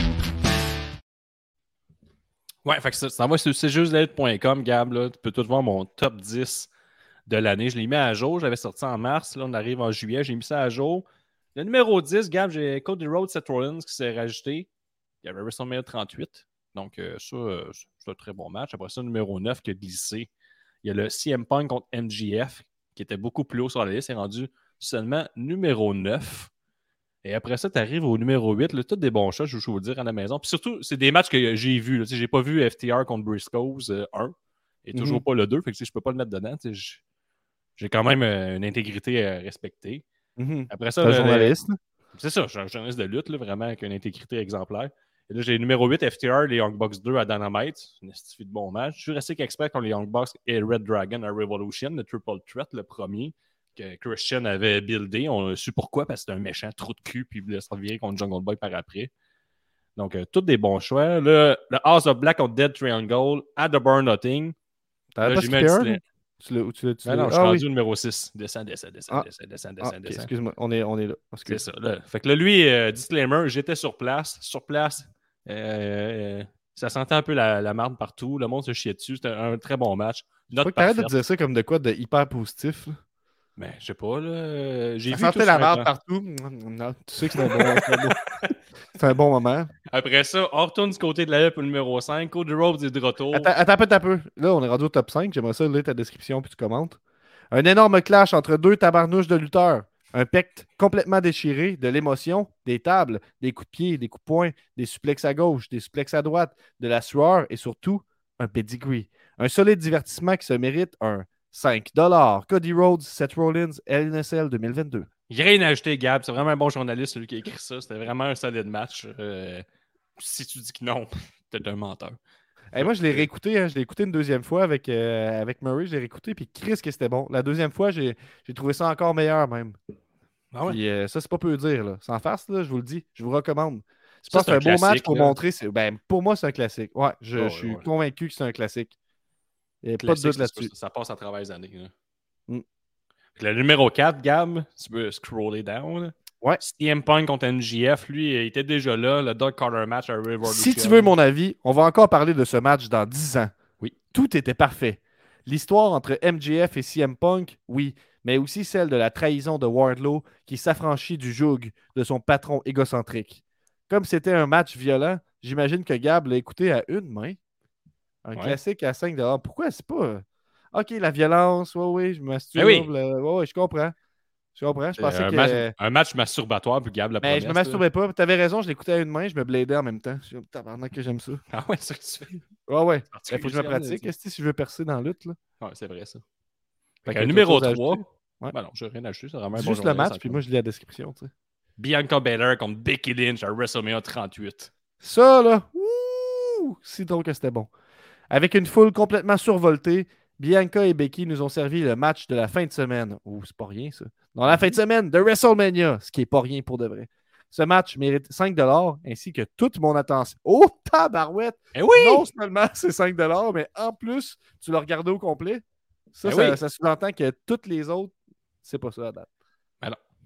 Ouais, fait que ça, ça va sur c'est juste la lutte point com, Gab, là. Tu peux tout voir mon top dix de l'année. Je l'ai mis à jour. J'avais sorti en mars. Là, on arrive en juillet. J'ai mis ça à jour. Le numéro dix, Gab, j'ai Cody Rhodes, Seth Rollins qui s'est rajouté. Il y avait WrestleMania trente-huit. Donc, euh, ça, euh, c'est un très bon match. Après ça, numéro neuf qui a glissé. Il y a le C M Punk contre M J F qui était beaucoup plus haut sur la liste. C'est rendu seulement numéro neuf. Et après ça, tu arrives au numéro huit. Là, tous des bons shots, je vais vous le dire, à la maison. Puis surtout, c'est des matchs que j'ai vus. Là. Tu sais, j'ai pas vu F T R contre Briscoes euh, un. Et toujours Mhm. pas le deux. Fait que tu sais, je peux pas le mettre dedans. Tu sais, je- J'ai quand même euh, une intégrité à respecter. Mhm. Après ça, T'es un le- journaliste. là. c'est ça, je suis un journaliste de lutte, là, vraiment, avec une intégrité exemplaire. Et là, j'ai numéro huit, F T R, les Young Bucks deux à Dynamite. C'est une estifie de bon match. Jurassic Express contre les Young Bucks et Red Dragon à Revolution, le Triple Threat, le premier, que Christian avait buildé. On a su pourquoi, parce que c'était un méchant trou de cul, puis il voulait se revirer contre Jungle Boy par après. Donc, euh, tous des bons choix. Le, le House of Black contre Dead Triangle à The Burn Nothing. T'avais Là, pas j'ai mis un skippé un? petit- Tu l'as, tu l'as, tu Ben l'as... non, je suis Ah rendu oui. au numéro six. Descends, descends, descends, Ah. descends, descends, Ah, descends, ok, descends. excuse-moi, on est, on est là. C'est Excuse. ça. Là. Fait que là, lui, euh, disclaimer, j'étais sur place. Sur place, euh, ça sentait un peu la, la marde partout. Le monde se chiait dessus. C'était un très bon match. Je faut Note que t'arrêtes de parfaite. dire ça comme de quoi de hyper positif. Là. Mais je sais pas, là. J'ai Ça vu tout sentait sur la merde l'écran. partout. Non, tu sais que c'est un bon, c'est un bon, c'est un bon moment. Après ça, on retourne du côté de la L pour le numéro cinq. Cody Rhodes est de retour. Attends, attends un peu, attends un peu. Là, on est rendu au top cinq. J'aimerais ça lire ta description puis tu commentes. Un énorme clash entre deux tabarnouches de lutteurs. Un pecte complètement déchiré, de l'émotion, des tables, des coups de pied, des coups de poing, des suplexes à gauche, des suplexes à droite, de la sueur et surtout un pedigree. Un solide divertissement qui se mérite un cinq dollars. Cody Rhodes, Seth Rollins, L N S L deux mille vingt-deux. Il n'y a rien à ajouter, Gab. C'est vraiment un bon journaliste, celui qui a écrit ça. C'était vraiment un solide match. Euh, si tu dis que non, t'es un menteur. Hey, moi, je l'ai réécouté. Hein, je l'ai écouté une deuxième fois avec, euh, avec Murray. Je l'ai réécouté. Puis Chris, que c'était bon. La deuxième fois, j'ai j'ai trouvé ça encore meilleur même. Ah ouais? Puis euh, ça, c'est pas peu dire. Là. Sans farce, là, je vous le dis. Je vous recommande. Je Ça, pense que c'est c'est un un beau match classique, pour là. montrer. c'est- Ben, pour moi, c'est un classique. Ouais, je, Oh, je suis ouais. convaincu que c'est un classique. Il n'y a pas de Classique, doute c'est là-dessus. sûr, ça passe à travers les années. Là. Mm. Le numéro quatre, Gab, tu peux scroller down. Là. Ouais. C M Punk contre M J F, lui, il était déjà là. Le Doug Carter match à Revolution. Si tu veux mon avis, on va encore parler de ce match dans dix ans. Oui. Tout était parfait. L'histoire entre M J F et C M Punk, oui, mais aussi celle de la trahison de Wardlow qui s'affranchit du joug de son patron égocentrique. Comme c'était un match violent, j'imagine que Gab l'a écouté à une main. Un Ouais. classique à cinq dollars. Pourquoi c'est pas... OK, la violence, oui, oui, je masturbe. Ben oui. le- ouais, ouais, je comprends. Je comprends. Je C'est pensais un, que... match, un match masturbatoire, puis Gab la Mais je me promesse, masturbais pas. T'avais raison, je l'écoutais à une main, je me bladais en même temps. Je suis tabarnak que j'aime ça. là. Ah ouais, c'est ça que tu fais. Ouais, ouais. C'est Il faut que je me particulier, pratique. ça. Est-ce que si je veux percer dans la lutte, là? Ouais, c'est vrai, ça. Fait Fait que que t'as numéro autre chose à trois. ajouter? Ouais. Ben non, j'ai rien acheté. C'est vraiment un Dis bon juste le journaliste match, puis encore. moi, je lis la description, tu sais. Bianca Belair contre Becky Lynch à WrestleMania trente-huit. Ça, là, ouh, si drôle que c'était bon. Avec une foule complètement survoltée, Bianca et Becky nous ont servi le match de la fin de semaine. Ouh, c'est pas rien, ça. Dans la fin de semaine de WrestleMania, ce qui est pas rien pour de vrai. Ce match mérite cinq dollars ainsi que toute mon attention. Oh, tabarouette! Eh oui! Non seulement c'est cinq dollars, mais en plus, tu l'as regardé au complet. Ça, Eh ça, oui. ça sous-entend que toutes les autres, c'est pas ça à date. Ben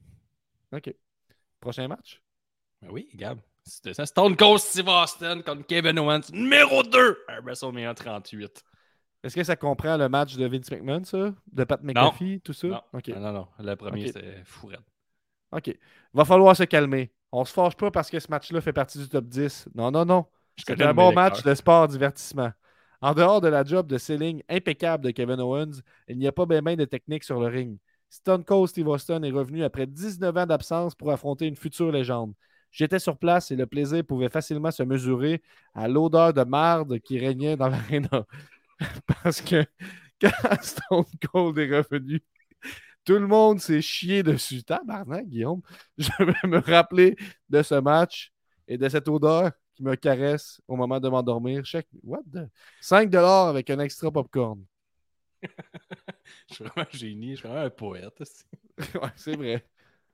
non. OK. Prochain match? Ben oui, Gab. C'était ça. Stone Cold Steve Austin contre Kevin Owens, numéro deux à WrestleMania trente-huit. Est-ce que ça comprend le match de Vince McMahon, ça? De Pat McAfee, tout ça? Non. OK. non, non, non. Le premier, Ok. c'était fourette. OK. Va falloir se calmer. On se fâche pas parce que ce match-là fait partie du top dix. Non, non, non. Je C'était connais un le bon meilleur. match de sport-divertissement. En dehors de la job de selling impeccable de Kevin Owens, il n'y a pas bien ben de technique sur le ring. Stone Cold Steve Austin est revenu après dix-neuf ans d'absence pour affronter une future légende. J'étais sur place et le plaisir pouvait facilement se mesurer à l'odeur de marde qui régnait dans l'aréna. Parce que quand Stone Cold est revenu, tout le monde s'est chié dessus. Tabarnak, Guillaume. Je vais me rappeler de ce match et de cette odeur qui me caresse au moment de m'endormir. Chaque... What the... cinq dollars avec un extra popcorn. Je suis vraiment un génie. Je suis vraiment un poète. Ouais, c'est vrai.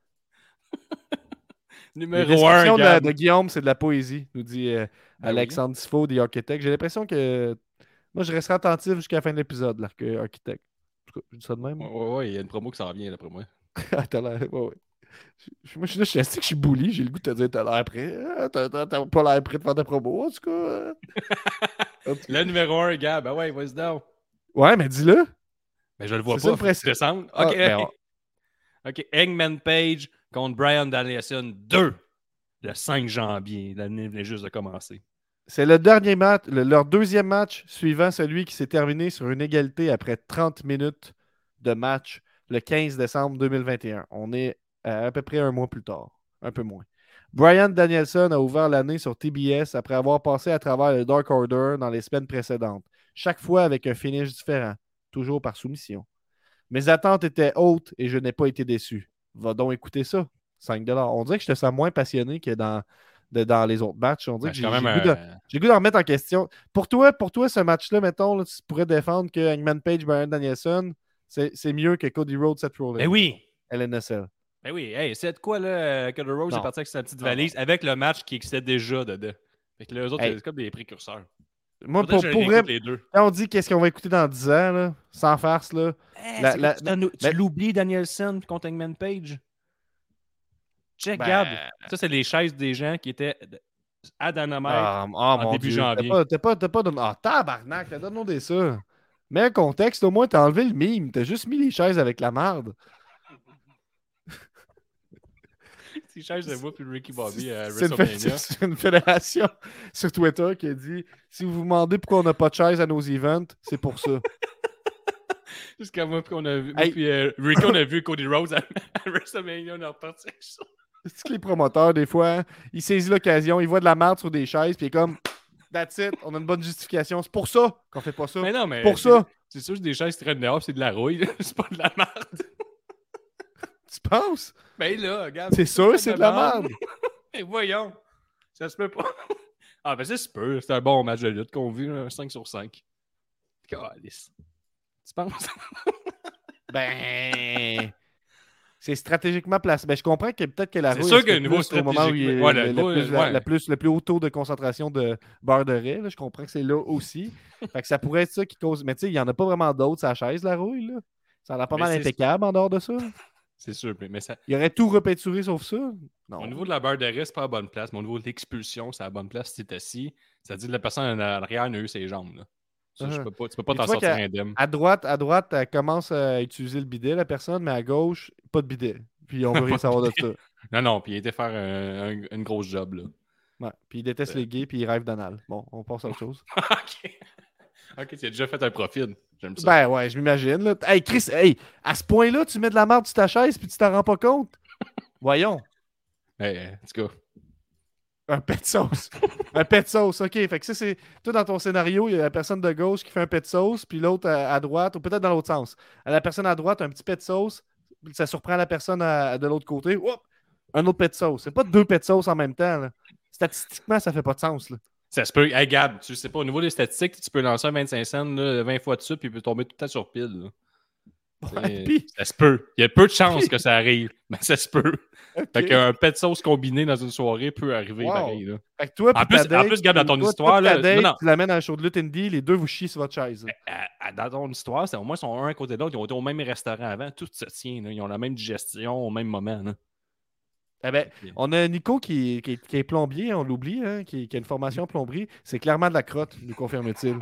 La Numéro un, description de, Gab. de Guillaume, c'est de la poésie, nous dit euh, Ben Alexandre Tifo, The Architect. J'ai l'impression que moi, je resterai attentif jusqu'à la fin de l'épisode, l'architecte. En tout cas, je dis ça de même. Oui, ouais, ouais, il y a une promo qui s'en vient, d'après moi. Ah, t'as l'air. Ouais, ouais. Je- Moi, je suis là, je suis assis que je suis bully. J'ai le goût de te dire, t'as l'air prêt. Ah, T'as t'as- t'as pas l'air prêt de faire des promos, en tout cas. euh. En tout cas. Le numéro un, Gab. Ben ouais, vas-y down. Ouais, mais dis-le. Mais je le vois C'est ça pas. le Faut principe. descendre. Ah, OK. ben, OK. Eggman Page contre Brian Danielson deux. Le cinq janvier. L'année venait juste de commencer. C'est le dernier match, le- leur deuxième match suivant celui qui s'est terminé sur une égalité après trente minutes de match le quinze décembre deux mille vingt et un. On est à, à peu près un mois plus tard, un peu moins. Brian Danielson a ouvert l'année sur T B S après avoir passé à travers le Dark Order dans les semaines précédentes, chaque fois avec un finish différent, toujours par soumission. Mes attentes étaient hautes et je n'ai pas été déçu. Va donc écouter ça, cinq dollars. On dirait que je te sens moins passionné que dans, de- dans les autres matchs. On dirait Ben, que je j'ai suis quand j'ai même le goût de- un- j'ai le goût d'en remettre en question. Pour toi, pour toi ce match-là, mettons, là, tu pourrais défendre que Hangman Page, Brian Danielson, c'est c'est mieux que Cody Rhodes, Seth Rollins. Ben oui. L N S L. Ben oui. Hey, c'est de quoi, là, que The Rose est Non. parti avec sa petite Non, valise avec le match qui existait déjà dedans. Fait que les autres, Hey. c'est comme des précurseurs. Moi, Faudrait pour, que je pour vrai, réécoute les deux. quand on dit qu'est-ce qu'on va écouter dans dix ans, là, sans farce, là. Hey, La- c'est la- que tu t'en- tu mais- l'oublies, Danielson, puis contre Hangman Page. Check, Gab. Ben, Ça, c'est les chaises des gens qui étaient à Dynamite Ah, oh, en mon début Dieu. T'as janvier. pas, t'as pas, t'as pas de... Ah, tabarnak, t'as donné ça. Mets un contexte, au moins, t'as enlevé le mime. T'as juste mis les chaises avec la marde. Ces chaises de moi puis Ricky Bobby à C'est une, fé- WrestleMania. c'est une fédération sur Twitter qui a dit si vous vous demandez pourquoi on n'a pas de chaises à nos events, c'est pour ça. Jusqu'à moi, puis on a vu. Moi, Hey. puis euh, Ricky, on a vu Cody Rhodes à, à WrestleMania, on est reparti avec ça. C'est que les promoteurs, des fois, hein, ils saisissent l'occasion, ils voient de la merde sur des chaises, puis ils sont comme that's it, on a une bonne justification. C'est pour ça qu'on fait pas ça. Mais non, mais. Pour c'est- ça. C'est sûr que des chaises qui traînent dehors, c'est de la rouille, c'est pas de la merde. Tu penses? Ben là, regarde. C'est sûr, c'est de la merde. Et voyons. Ça se peut pas. Ah, ben c'est super. C'est un bon match de lutte qu'on vit, un cinq sur cinq. Calice. Tu penses? Ben. C'est stratégiquement placé. Ben, je comprends que peut-être que la C'est rouille sûr elle qu'il y a serait un niveau plus au moment où il y a stratégique. Ouais, le, le le niveau, plus, ouais. la, la plus, le plus haut taux de concentration de beurre de raie. Là. Je comprends que c'est là aussi. Fait que ça pourrait être ça qui cause. Mais tu sais, il n'y en a pas vraiment d'autres sur la chaise, la rouille. Là. Ça a l'air pas Mais mal c'est- impeccable en dehors de ça. C'est sûr, mais ça. Il y aurait tout repeinturé sauf ça. Non. Au niveau de la barre de reste, c'est pas à la bonne place, mais au niveau de l'expulsion, c'est à la bonne place si t'es assis. Ça dit que la personne en arrière n'a eu ses jambes. Là. Ça, je Uh-huh. peux pas, tu peux pas Et t'en tu vois sortir qu'à- indemne. À droite, à droite, elle commence à utiliser le bidet, la personne, mais à gauche, pas de bidet. Puis on veut rien Pas de savoir de bidet. ça. Non, non, puis il était faire un- un- une grosse job. Là. Ouais. Puis il déteste les gays, puis il rêve d'anal. Bon, on passe à autre chose. ok. Ok, tu as déjà fait un profil. J'aime ça. Ben ouais, je m'imagine. Là. Hey Chris, hey, à ce point-là, tu mets de la merde sur ta chaise puis tu t'en rends pas compte. Voyons. Mais, en tout cas. Un pet sauce. Un pet sauce, ok. Fait que ça, c'est. Toi, dans ton scénario, il y a la personne de gauche qui fait un pet sauce, puis l'autre à, à droite, ou peut-être dans l'autre sens. À la personne à droite, un petit pet sauce, puis ça surprend la personne à- de l'autre côté. Oups, un autre pet sauce. C'est pas deux pet sauce en même temps. Là. Statistiquement, ça fait pas de sens. Là. Ça se peut. Hey Gab, tu sais pas, au niveau des statistiques, tu peux lancer un vingt-cinq cents là, vingt fois dessus, puis il peut tomber tout le temps sur pile. Là. Ouais, Et puis- Ça se peut. Il y a peu de chances que ça arrive, mais ça se peut. ok. Fait qu'un pet de sauce combiné dans une soirée peut arriver Wow. pareil. Là. Fait que toi, En puis plus- ta date, en plus, Gab, dans ton toi- histoire, toi, ta là, date, non, non. tu l'amènes à un show de lutte indie, les deux vous chient sur votre chaise. là. À- à- dans ton histoire, c'est au moins ils sont un à côté de l'autre. Ils ont été au même restaurant avant. Tout se tient. Là. Ils ont la même digestion au même moment. Là. Eh ben, on a Nico qui, qui, qui est plombier, on l'oublie, hein, qui, qui a une formation en plomberie. C'est clairement de la crotte, nous confirme-t-il.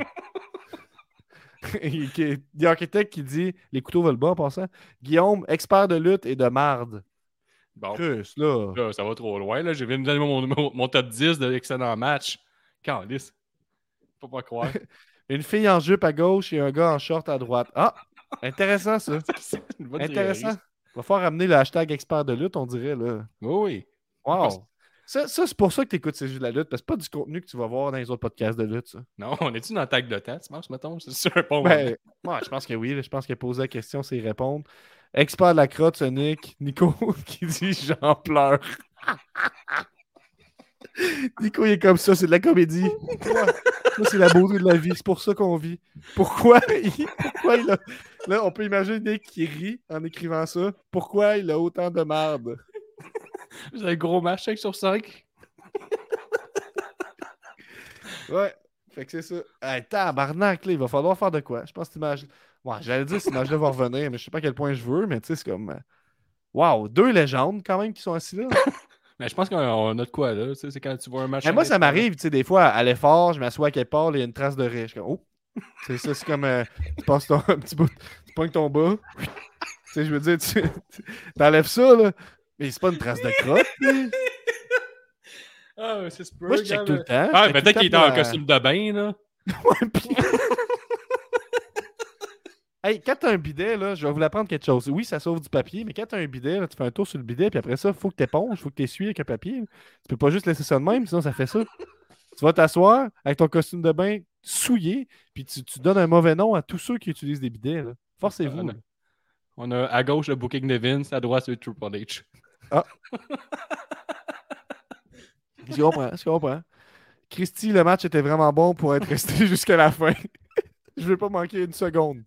Il il y a un architecte qui dit les couteaux veulent bas en passant. Guillaume, expert de lutte et de marde. Bon, Chris, là. là, ça va trop loin. Là. Je viens de donner mon, mon, mon top dix de l'excellent match. Calice. Faut pas croire. Une fille en jupe à gauche et un gars en short à droite. Ah, intéressant ça. C'est une bonne Intéressant. théorie. Va falloir ramener le hashtag expert de lutte, on dirait. Là. Oui, oui. Wow. Ça, ça c'est pour ça que tu écoutes ces jeux de la lutte, parce que c'est pas du contenu que tu vas voir dans les autres podcasts de lutte. Ça. Non, on est-tu dans le tag de temps, tu penses, mettons? C'est sûr, bon. Ben, ouais, je pense que oui. là. Je pense qu'il a posé la question, c'est y répondre. Expert de la crotte, Sonic. Nico qui dit j'en pleure. Nico, il est comme ça, c'est de la comédie. Pourquoi? Ça, c'est la beauté de la vie. C'est pour ça qu'on vit. Pourquoi il, pourquoi il a. Là, on peut imaginer Nick qui rit en écrivant ça. Pourquoi il a autant de merde? Vous avez un gros match cinq sur cinq. Ouais. Fait que c'est ça. Hey, tabarnak, là, il va falloir faire de quoi? Je pense que cette image. Ouais, j'allais dire cette image-là va revenir, mais je sais pas à quel point je veux, mais tu sais, c'est comme. Waouh, deux légendes quand même qui sont assis là. Mais je pense qu'on on a de quoi, là. Tu sais, c'est quand tu vois un match. Mais moi, ça m'arrive, tu sais, des fois, à l'effort, je m'assois à quelque part, il y a une trace de riz. Je suis comme, oh! C'est ça, c'est comme, euh, tu passes ton un petit bout, tu pognes ton bas. Tu sais, je veux dire, tu t'enlèves ça, là. Mais c'est pas une trace de crotte, là. Ah, c'est super. Moi, je check tout le temps. Ah, Je check peut-être tout le qu'il était temps en la- costume de bain, là. Ouais, puis- Hey, quand t'as un bidet, là, je vais vous l'apprendre quelque chose. Oui, ça sauve du papier, mais quand t'as un bidet, là, tu fais un tour sur le bidet, puis après ça, il faut que t'éponges, il faut que t'essuies avec un papier. Tu peux pas juste laisser ça de même, sinon ça fait ça. Tu vas t'asseoir avec ton costume de bain souillé, puis tu, tu donnes un mauvais nom à tous ceux qui utilisent des bidets. là. Forcez-vous. Ah, là. non. On a à gauche le booking de Vince, à droite c'est Triple H. Je comprends, je comprends. Christy, le match était vraiment bon pour être resté jusqu'à la fin. Je veux pas manquer une seconde.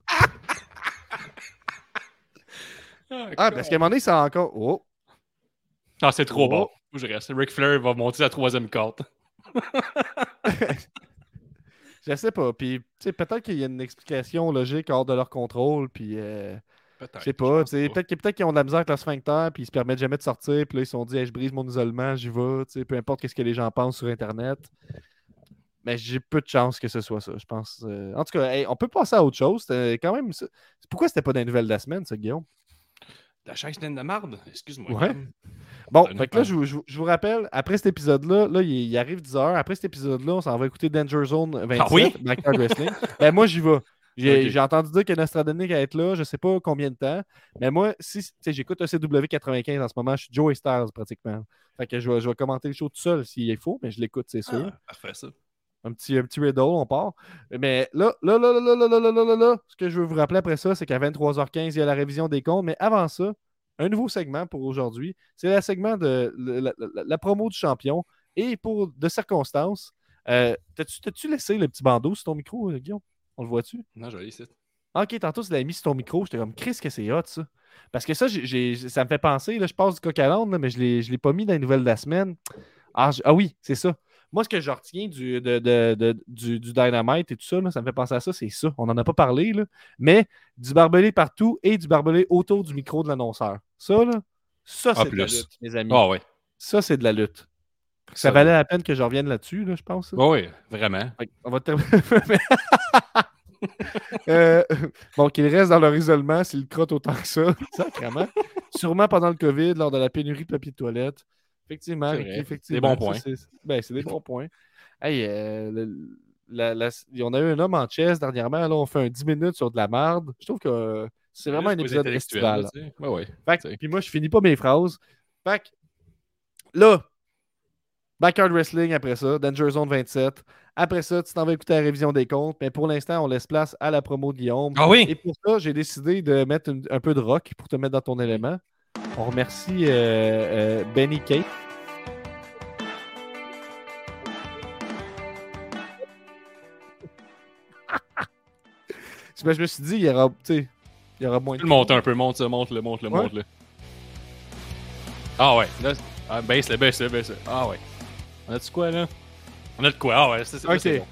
Ah, parce qu'à un moment donné, ça a encore. Oh! Ah, c'est trop Oh. bon. Faut que je reste. Ric Flair va monter sa troisième corde. Je sais pas. Puis, tu sais, peut-être qu'il y a une explication logique hors de leur contrôle. Puis, euh, Peut-être. je sais pas. pense tu sais, pas. Peut-être qu'ils peut qu'ils ont de la misère avec leur sphincter. Puis, ils se permettent jamais de sortir. Puis là, ils se sont dit, hey, je brise mon isolement, j'y vais. tu sais, Peu importe ce que les gens pensent sur Internet. Mais j'ai peu de chance que ce soit ça, je pense. Euh, En tout cas, hey, on peut passer à autre chose. C'était quand même ça. Pourquoi c'était pas dans les nouvelles de la semaine, ça, Guillaume? La chaise pleine de marde? Excuse-moi. Ouais. Gab. Bon, Donne-nous fait que là, un- je, vous- je vous- je vous rappelle, après cet épisode-là, là, il, il arrive dix heures. Après cet épisode-là, on s'en va écouter Danger Zone vingt-sept, Ah oui? Backyard Wrestling. Ben, moi, j'y vais. J'ai Ok. j'ai entendu dire que Nostradonic va être là, je sais pas combien de temps. Mais moi, si tu sais, j'écoute un C W quatre-vingt-quinze en ce moment, je suis Joey Styles pratiquement. Fait que je vais, je vais commenter le show tout seul s'il est faux, mais je l'écoute, c'est sûr. Ah, parfait, ça. Un petit, un petit riddle, on part. Mais là, là, là, là, là, là, là, là, là, là, là, ce que je veux vous rappeler après ça, c'est qu'à vingt-trois heures quinze, il y a la révision des comptes. Mais avant ça, un nouveau segment pour aujourd'hui. C'est le segment de la, la- la- la promo du champion. Et pour de circonstances, euh, t'as-tu, t'as-tu laissé le petit bandeau sur ton micro, euh, Guillaume? On le voit-tu? Non, je vais ici. Ok, tantôt, tu l'avais mis sur ton micro. J'étais comme, Chris, que c'est hot, ça. Parce que ça, j'ai, j'ai- ça me fait penser, là, je passe du coq à l'âne, là, mais je ne l'ai, je l'ai pas mis dans les nouvelles de la semaine. Ah, je- ah oui, c'est ça. Moi, ce que je retiens du, de, de- de- du, du Dynamite et tout ça, là, ça me fait penser à ça, c'est ça. On n'en a pas parlé, là. Mais du barbelé partout et du barbelé autour du micro de l'annonceur. Ça, là, ça, Ah, c'est de la plus. lutte, mes amis. Ah, ouais. Ça, c'est de la lutte. Ça Ça, valait la peine que je revienne là-dessus, là, je pense. ça. Ouais, ouais, vraiment. Fait on va terminer. Euh, bon, qu'ils restent dans leur isolement s'ils crottent autant que ça, sacrément. Sûrement pendant le COVID, lors de la pénurie de papier de toilette. Effectivement, C'est Ricky, vrai. effectivement. Des bons points. ça, c'est- ben, c'est des bons points. Hey, euh, le- la- la- on a eu un homme en chess dernièrement. Là, on fait un dix minutes sur de la marde. Je trouve que euh, c'est vraiment un Juste épisode intellectuel, estival. là, tu sais. Ouais, ouais. Fait tu que- sais. puis moi, je finis pas mes phrases. Fait que, là, Backyard Wrestling après ça, Danger Zone vingt-sept. Après ça, tu t'en vas écouter la révision des comptes. Mais pour l'instant, on laisse place à la promo de Guillaume. Ah oui? Et pour ça, j'ai décidé de mettre une- un peu de rock pour te mettre dans ton élément. On remercie euh, euh, Benny Kate. Ben, je me suis dit, il y aura, tu sais, il y aura moins de. Tu le montes un peu, monte ça, monte-le, monte-le, Ouais. monte-le. Ah ouais, là, ah, baisse-le, baisse-le, baisse-le. Ah ouais. On a de quoi, là? On a de quoi? Ah ouais, c'est, c'est, Ok. c'est bon.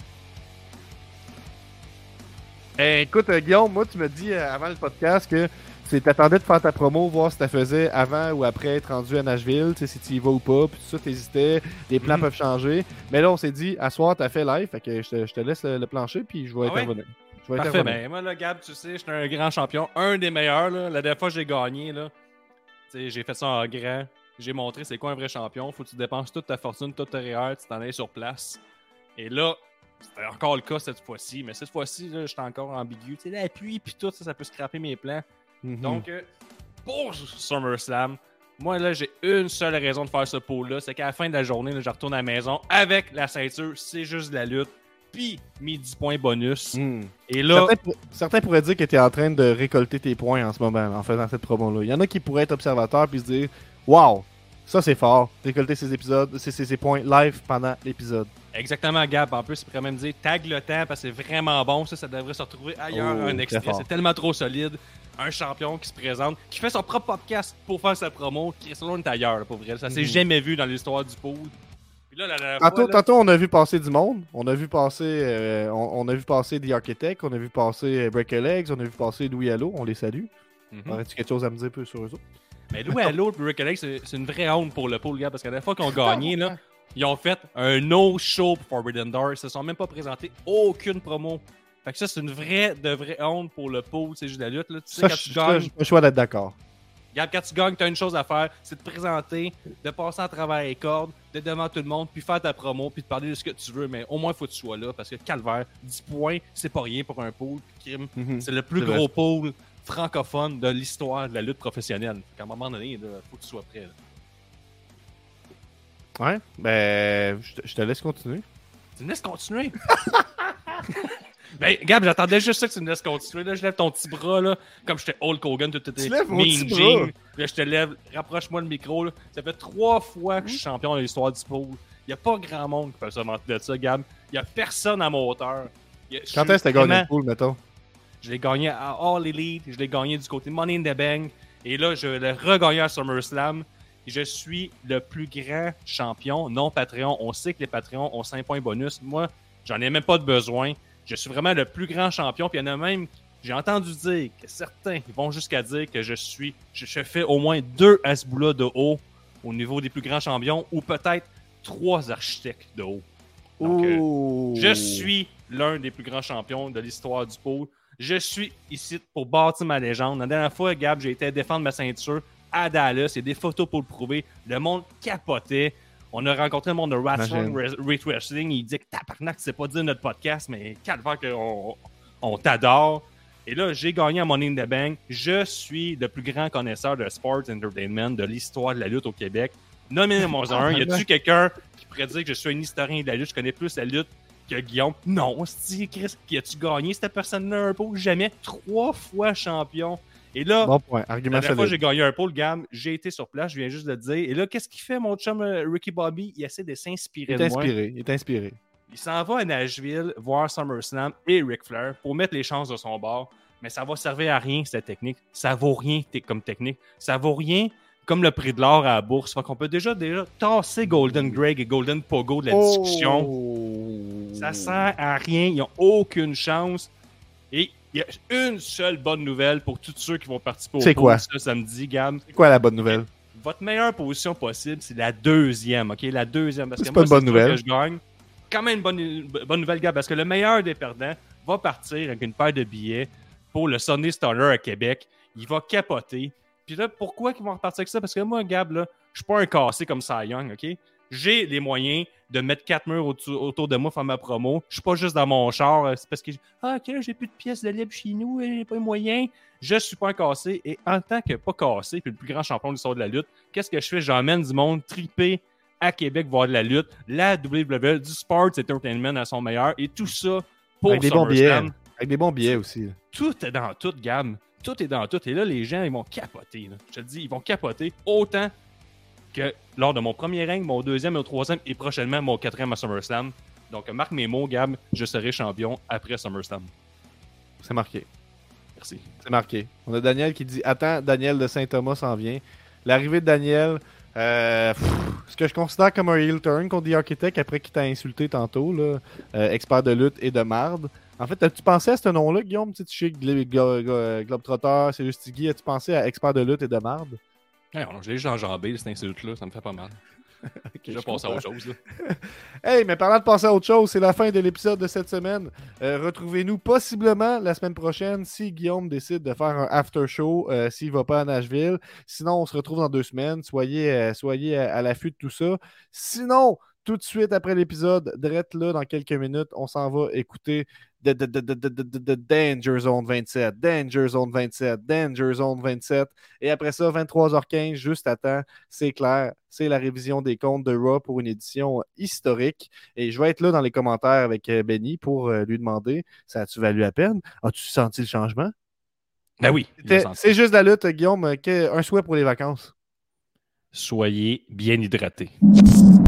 Eh, écoute, euh, Guillaume, moi, tu me dis euh, avant le podcast que tu t'attendais de faire ta promo, voir si tu la faisais avant ou après être rendu à Nashville, tu sais, si tu y vas ou pas, puis tout ça, t'hésitais, les plans Mhm. peuvent changer. Mais là, on s'est dit, à soir, t'as fait live, fait que je te, je te laisse le, le plancher, puis je vais Ah ouais? intervenir. Je vais Parfait, intervenir. ben moi, là, Gab, tu sais, j'étais un grand champion, un des meilleurs, là. La dernière fois que j'ai gagné, là, tu sais, j'ai fait ça en grand. J'ai montré c'est quoi un vrai champion. Faut que tu dépenses toute ta fortune, toute ta R E E R, tu t'en ailles sur place. Et là, c'était encore le cas cette fois-ci, mais cette fois-ci, là, j'étais encore ambigu. Tu sais, la pluie puis tout, ça, ça peut scraper mes plans. Mhm. Donc, euh, pour SummerSlam, moi, là, j'ai une seule raison de faire ce pot-là, c'est qu'à la fin de la journée, là, je retourne à la maison avec la ceinture, c'est juste de la lutte, puis mes dix points bonus. Hmm. Et là, Certains, pour- certains pourraient dire que tu es en train de récolter tes points en ce moment en faisant cette promo-là. Il y en a qui pourraient être observateurs puis se dire waouh, ça c'est fort, récolter ces épisodes, ces, ces, ces points live pendant l'épisode. exactement, Gab, en plus, il pourrait même dire tag le temps parce que c'est vraiment bon, ça, ça devrait se retrouver ailleurs, Oh, un très extrait, fort. c'est tellement trop solide. Un champion qui se présente, qui fait son propre podcast pour faire sa promo, qui reste loin ailleurs, là, pour vrai. Ça s'est Mhm. jamais vu dans l'histoire du pool. Puis là, la dernière Tantôt, fois, là- tantôt, on a vu passer du monde. On a vu passer, euh, on, on a vu passer The Architect, on a vu passer euh, Break a Legs, on a vu passer Louis Allo, on les salue. Mhm. Aurais-tu quelque chose à me dire peu sur eux autres? Mais Louis Allo et Rick Alex, c'est c'est une vraie honte pour le pool, gars, parce qu'à la fois qu'ils ont gagné, là, ils ont fait un no-show pour Forbidden Door. Ils se sont même pas présentés aucune promo. Fait que ça, c'est une vraie, de vraie honte pour le pool, c'est juste de la lutte. Là. Tu sais, Ça, quand je tu ça, gagnes, j'ai pas le choix d'être d'accord. regarde, quand tu gagnes, t'as une chose à faire, c'est de te présenter, de passer à travers les cordes, de devant tout le monde, puis faire ta promo, puis de parler de ce que tu veux, mais au moins, il faut que tu sois là, parce que calvaire, dix points, c'est pas rien pour un pool. Crime. Mhm. C'est le plus C'est gros vrai. pool francophone de l'histoire de la lutte professionnelle. Fait qu'à un moment donné, il faut que tu sois prêt. Là. Ouais, ben, je te, je te laisse continuer. Tu me laisses continuer? Ben, Gab, j'attendais juste ça que tu me laisses continuer. Là, je lève ton petit bras, là, comme j'étais Hulk Hogan, tout était Tu lèves mon mean petit Gene. bras. Là, je te lève, rapproche-moi le micro. Là. Ça fait trois fois que je suis champion de l'histoire du pool. Il n'y a pas grand monde qui peut se mentir de ça, Gab. Il n'y a personne à mon hauteur. Y a- je Quand suis est-ce que t'as gagné vraiment- le pool, mettons? Je l'ai gagné à All Elite, je l'ai gagné du côté Money in the Bank, et là, je l'ai regagné à SummerSlam. Et je suis le plus grand champion non Patreon. On sait que les Patreons ont cinq points bonus. Moi, J'en ai même pas de besoin. Je suis vraiment le plus grand champion. Puis il y en a même, j'ai entendu dire que certains ils vont jusqu'à dire que je suis, je, je fais au moins deux Hasbulla de haut au niveau des plus grands champions ou peut-être trois architectes de haut. Donc, euh, je suis l'un des plus grands champions de l'histoire du pool. Je suis ici pour bâtir ma légende. La dernière fois, Gab, j'ai été défendre ma ceinture à Dallas. Il y a des photos pour le prouver. Le monde capotait. On a rencontré le monde de Wrestling, Rate Wrestling. Il dit que tabarnak, tu sais pas dire notre podcast, mais calvaire qu'on on t'adore. Et là, j'ai gagné à Money in the Bank. Je suis le plus grand connaisseur de sports entertainment de l'histoire de la lutte au Québec. Nommez-moi un. Y a-tu quelqu'un qui pourrait dire que je suis un historien de la lutte? Je connais plus la lutte que Guillaume. Non, c'est Chris. Puis as-tu gagné cette personne-là un pot? Jamais. Trois fois champion. Et là, bon point. Argument la dernière fois j'ai gagné un pôle, Gam, j'ai été sur place, je viens juste de le dire. Et là, qu'est-ce qu'il fait, mon chum euh, Ricky Bobby? Il essaie de s'inspirer de moi. Il est inspiré, il est inspiré. Il s'en va à Nashville voir SummerSlam et Ric Flair pour mettre les chances de son bord. Mais ça va servir à rien, cette technique. Ça vaut rien comme technique. Ça vaut rien comme le prix de l'or à la bourse. Fait qu'on peut déjà, déjà tasser Golden Greg et Golden Pogo de la oh. discussion. Ça sert à rien. Ils n'ont aucune chance. Et il y a une seule bonne nouvelle pour tous ceux qui vont participer au pool ce samedi, Gab. C'est quoi la bonne nouvelle? Votre meilleure position possible, c'est la deuxième, OK? La deuxième. Parce que c'est moi, pas une bonne nouvelle. Que je gagne. Quand même une bonne, bonne nouvelle, Gab, parce que le meilleur des perdants va partir avec une paire de billets pour le Sunday Starter à Québec. Il va capoter. Puis là, pourquoi ils vont repartir avec ça? Parce que moi, Gab, là, je suis pas un cassé comme Cy Young, OK? J'ai les moyens de mettre quatre murs autour, autour de moi pour faire ma promo. Je suis pas juste dans mon char. C'est parce que, ah, OK, j'ai plus de pièces de libre chez nous, j'ai pas les moyens. Je suis pas un cassé. Et en tant que pas cassé, puis le plus grand champion de l'histoire de la lutte, qu'est-ce que je fais? J'emmène du monde triper à Québec voir de la lutte. La W W E, du Sports Entertainment à son meilleur. Et tout ça pour Avec des bons billets. Avec des bons billets aussi. Tout est dans toute gamme. Tout est dans tout. Et là, les gens, ils vont capoter. Là. Je te dis, ils vont capoter autant que lors de mon premier règne, mon deuxième et mon troisième et prochainement mon quatrième à SummerSlam. Donc, marque mes mots, Gab, je serai champion après SummerSlam. C'est marqué. Merci. C'est marqué. On a Daniel qui dit « Attends, Daniel de Saint-Thomas s'en vient. » L'arrivée de Daniel, euh, pff, ce que je considère comme un heel turn contre The Architect après qu'il t'a insulté tantôt, là, euh, expert de lutte et de marde. En fait, as-tu pensé à ce nom-là, Guillaume? Tu sais, chic, Globetrotter, c'est juste Tiggy. As-tu pensé à expert de lutte et de marde? Hey, non, je l'ai juste enjambé, cette insulte-là, ça me fait pas mal. Okay, je vais passer à autre chose. Là. Hey, mais parlant de passer à autre chose, c'est la fin de l'épisode de cette semaine. Euh, retrouvez-nous possiblement la semaine prochaine si Guillaume décide de faire un after show, euh, s'il va pas à Nashville. Sinon, on se retrouve dans deux semaines. Soyez, euh, soyez à, à l'affût de tout ça. Sinon, tout de suite après l'épisode, drette là, dans quelques minutes, on s'en va écouter de, de, de, de, de, de, de Danger Zone vingt-sept, Danger Zone vingt-sept, Danger Zone vingt-sept. Et après ça, vingt-trois heures quinze, juste à temps, c'est clair, c'est la révision des comptes de Raw pour une édition historique. Et je vais être là dans les commentaires avec Benny pour euh, lui demander, ça a-tu valu la peine? As-tu senti le changement? Ben oui. C'est juste la lutte, Guillaume. Un souhait pour les vacances. Soyez bien hydratés.